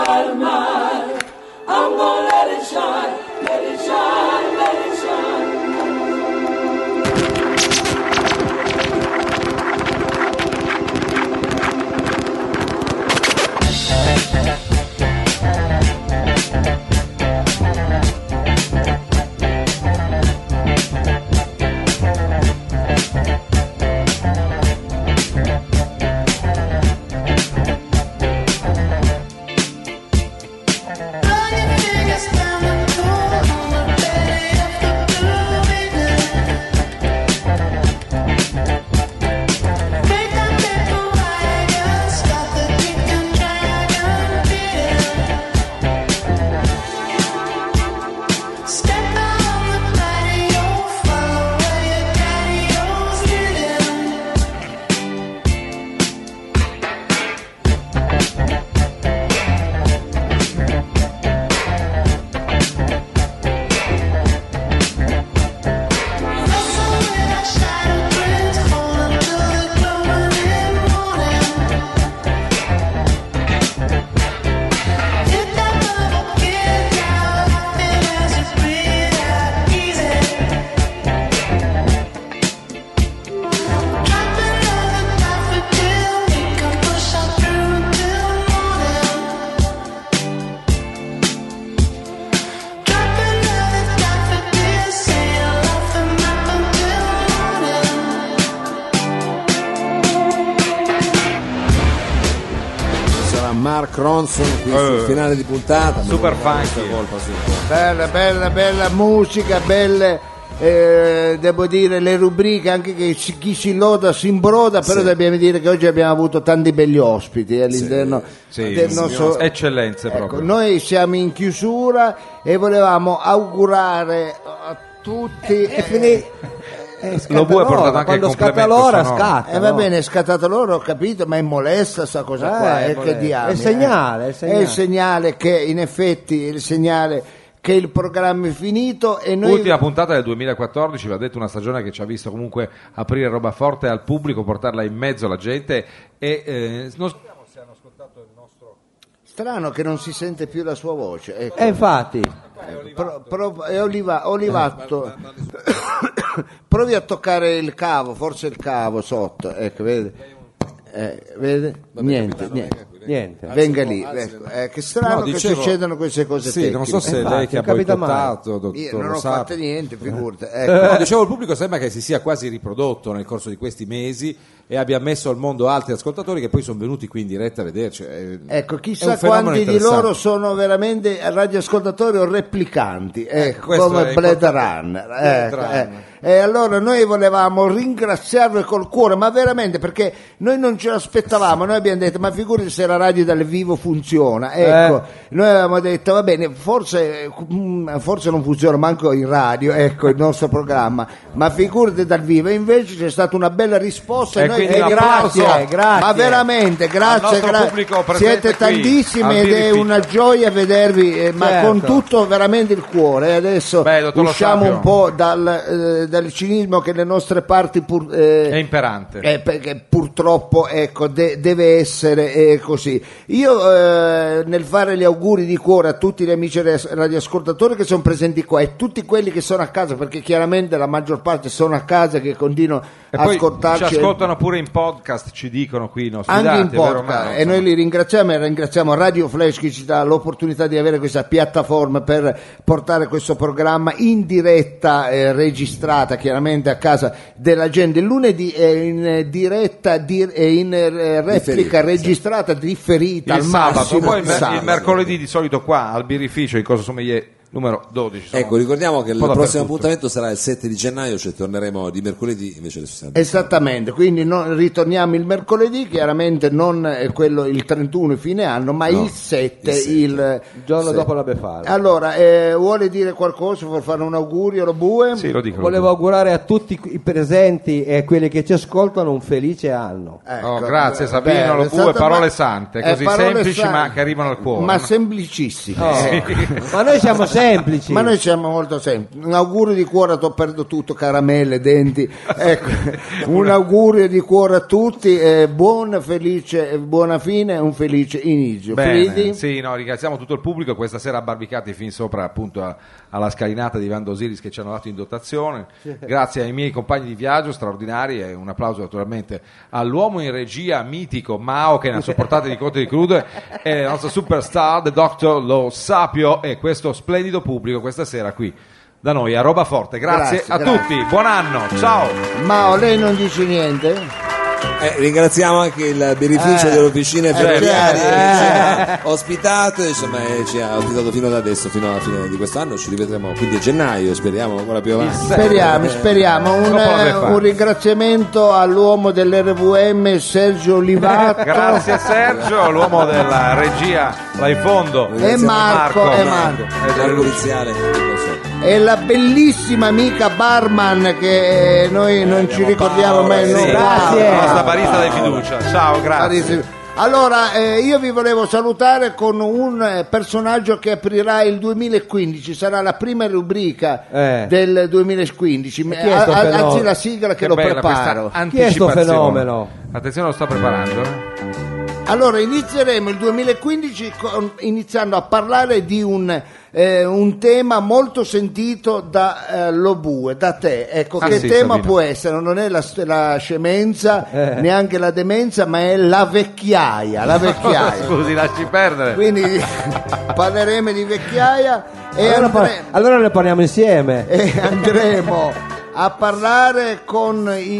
D: Mark Ronson qui sul finale di puntata.
B: Super funky.
A: Bella musica, belle. Devo dire le rubriche, anche che chi si loda si imbroda, però dobbiamo dire che oggi abbiamo avuto tanti belli ospiti all'interno del nostro
B: eccellenze proprio.
A: Noi siamo in chiusura e volevamo augurare a tutti
B: Lo bue ha portato anche
C: quando
B: il
C: scatta
B: complemento
C: l'ora
B: sonoro.
C: scatta,
A: va
C: no?
A: bene, è scattato loro, ho capito, ma è molesta sta cosa qua,
C: è
A: che
C: molesta.
A: diamine,
C: È il segnale,
A: è il segnale che in effetti è il segnale che il programma è finito e noi
B: Ultima puntata del 2014, va detto, una stagione che ci ha visto comunque aprire roba forte al pubblico, portarla in mezzo alla gente e non sappiamo se hanno ascoltato il nostro.
A: strano che non si sente più la sua voce, ecco.
C: Infatti,
A: È Olivato. Provi a toccare il cavo, forse il cavo sotto, ecco, vede? Vede? Niente. Venga lì, ecco. Che strano
D: No,
A: che
D: dicevo-
A: succedono queste cose
D: Sì, non so se
C: Infatti,
D: lei che ha
C: non capita mai.
D: boicottato, dottor
A: Io non ho
D: Rosato.
A: fatto niente, figurati.
D: No,
A: Ecco.
D: dicevo, il pubblico sembra che si sia quasi riprodotto nel corso di questi mesi,
B: e abbia messo al mondo altri ascoltatori che poi sono venuti qui in diretta a vederci.
A: Ecco, chissà quanti di loro sono veramente radioascoltatori o replicanti, come Blade Runner. E allora noi volevamo ringraziarvi col cuore, ma veramente, perché noi non ce l'aspettavamo, noi abbiamo detto ma figurati se la radio dal vivo funziona, ecco, noi avevamo detto va bene, forse non funziona manco in radio, ecco, il nostro programma, ma figurati dal vivo, e invece c'è stata una bella risposta e noi grazie, ma veramente grazie, siete tantissimi ed è una gioia vedervi, ma con tutto veramente il cuore. E adesso usciamo un po' dal cinismo che le nostre parti
B: è imperante,
A: perché purtroppo ecco deve essere così. Io nel fare gli auguri di cuore a tutti gli amici radioascoltatori che sono presenti qua e tutti quelli che sono a casa, perché chiaramente la maggior parte sono a casa, che continuano a ascoltarci,
B: ci ascoltano pure in podcast, ci dicono qui i nostri
A: anche
B: dati,
A: in podcast, e noi li ringraziamo, e ringraziamo Radio Flash che ci dà l'opportunità di avere questa piattaforma per portare questo programma in diretta registrata chiaramente a casa della gente. Il lunedì è in diretta in replica registrata, differita al massimo.
B: Poi il mercoledì di solito qua al birrificio in Corso Sommelier numero 12.
D: Ecco, ricordiamo che il prossimo appuntamento sarà il 7 di gennaio, cioè torneremo di mercoledì invece del 60.
A: Esattamente, quindi ritorniamo il mercoledì, chiaramente non quello il 31 fine anno, ma il 7, il
C: giorno dopo la Befana.
A: Allora, vuole dire qualcosa, vuole fare un augurio, lo Bue?
B: Sì, lo dico.
C: Volevo augurare a tutti i presenti e a quelli che ci ascoltano un felice anno.
B: Ecco, grazie Sabino, lo Bue, parole sante, così semplici ma che arrivano al cuore.
A: Ma semplicissime.
C: Ma noi siamo semplici.
A: Ma noi siamo molto semplici. Un augurio di cuore, perdo tutto, caramelle, denti. Ecco, un augurio di cuore a tutti, buona fine, un felice inizio.
B: Bene, sì, ringraziamo tutto il pubblico questa sera abbarbicati fin sopra appunto alla scalinata di Vando Osiris che ci hanno dato in dotazione. Grazie ai miei compagni di viaggio straordinari e un applauso naturalmente all'uomo in regia mitico Mao che ne ha sopportate di cotte di crude, e la nostra superstar The Doctor Lo Sapio e questo splendido pubblico questa sera qui da noi a Roba Forte. Grazie a tutti, buon anno, ciao.
A: Mao, lei non dice niente?
D: Ringraziamo anche il beneficio delle officine ferroviarie che ci ha ospitato, insomma, ci ha ospitato fino ad adesso, fino alla fine di quest'anno. Ci rivedremo quindi a gennaio, speriamo ancora più avanti.
A: Speriamo. Un ringraziamento all'uomo dell'RVM Sergio Olivato.
B: Grazie Sergio, l'uomo della regia là in fondo,
A: e Marco. E la bellissima amica barman che noi non ci ricordiamo mai.
B: Grazie. La nostra barista di fiducia. Ciao, grazie.
A: Allora, io vi volevo salutare con un personaggio che aprirà il 2015, sarà la prima rubrica del 2015. Anzi, la sigla che lo preparo.
C: Chi è sto fenomeno?
B: Attenzione, lo sto preparando.
A: Allora, inizieremo il 2015 iniziando a parlare di un tema molto sentito da Lobue, da te. Ecco, che tema Sabino può essere? Non è la scemenza, neanche la demenza, ma è la vecchiaia.
B: Scusi, lasci perdere.
A: Quindi parleremo di vecchiaia e
C: allora ne parliamo insieme.
A: E andremo a parlare con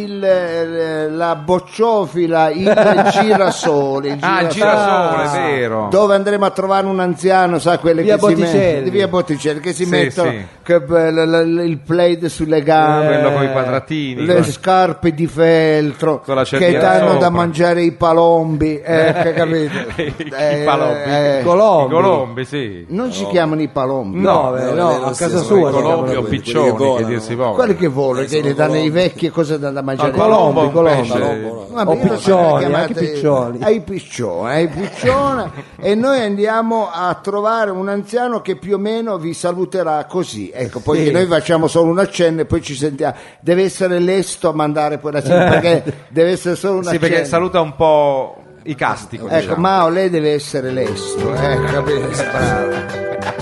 A: la bocciofila, il girasole. Il
B: girasole, è vero.
A: Dove andremo a trovare un anziano, sa, quelle
C: via
A: che
C: Botticelli.
A: Via Botticelli, che si mettono che il plaid sulle gambe,
B: quello con i quadratini,
A: le scarpe di feltro, che danno da mangiare i palombi, capite?
B: I palombi, colombi, sì.
A: Non si chiamano i palombi.
C: No, a casa sua.
B: Colombi o piccioni, che dir si vuole.
A: Quelli che vuole, che le danno i vecchi, cosa da mangiare?
C: Colombi.
A: O
C: piccioni, anche piccioni.
A: Ai piccioni. E noi andiamo a trovare un anziano che più o meno vi saluterà così. Ecco, poi noi facciamo solo un accenno e poi ci sentiamo. Deve essere lesto a mandare poi la sigla, perché deve essere solo un accenno.
B: Sì, perché saluta un po' icastico.
A: Ecco, diciamo. Mao, lei deve essere lesto. Capite?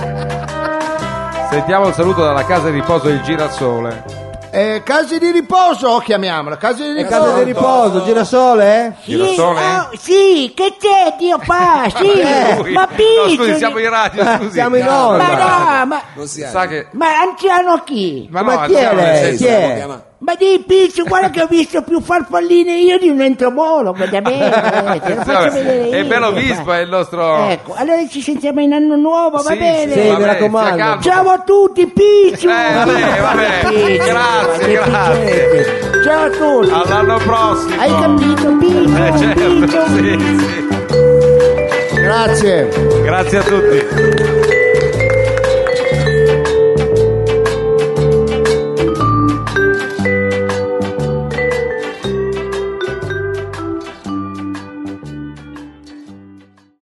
B: Sentiamo il saluto dalla casa di riposo del Girasole.
A: Case di riposo, chiamiamola. Case di riposo.
C: Casa di riposo, Girasole?
B: Girasole?
J: Sì, che c'è, Dio fa? Sì, ma
B: no, scusi, siamo in radio, scusi.
C: Siamo in onda.
J: Ma no,
B: sa che...
J: ma anziano chi?
B: Ma
C: chi è lei? Chi è?
J: Ma di Pizzo, guarda che ho visto più farfalline io di un entomologo, da bene, te lo faccio vedere
B: E
J: io.
B: bello Vispo è il nostro...
J: Ecco, allora ci sentiamo in anno nuovo, va
B: Sì,
J: bene?
B: sì,
C: mi
B: vabbè,
C: raccomando.
B: stia calmo.
J: Ciao a tutti, Pizzo!
B: vabbè.
J: Pizzo,
B: Grazie,
J: che
B: grazie.
J: piccette. Ciao a tutti!
B: All'anno prossimo.
J: Hai capito, Pizzo?
B: Certo,
J: Pizzo?
B: sì.
A: Grazie.
B: Grazie a tutti.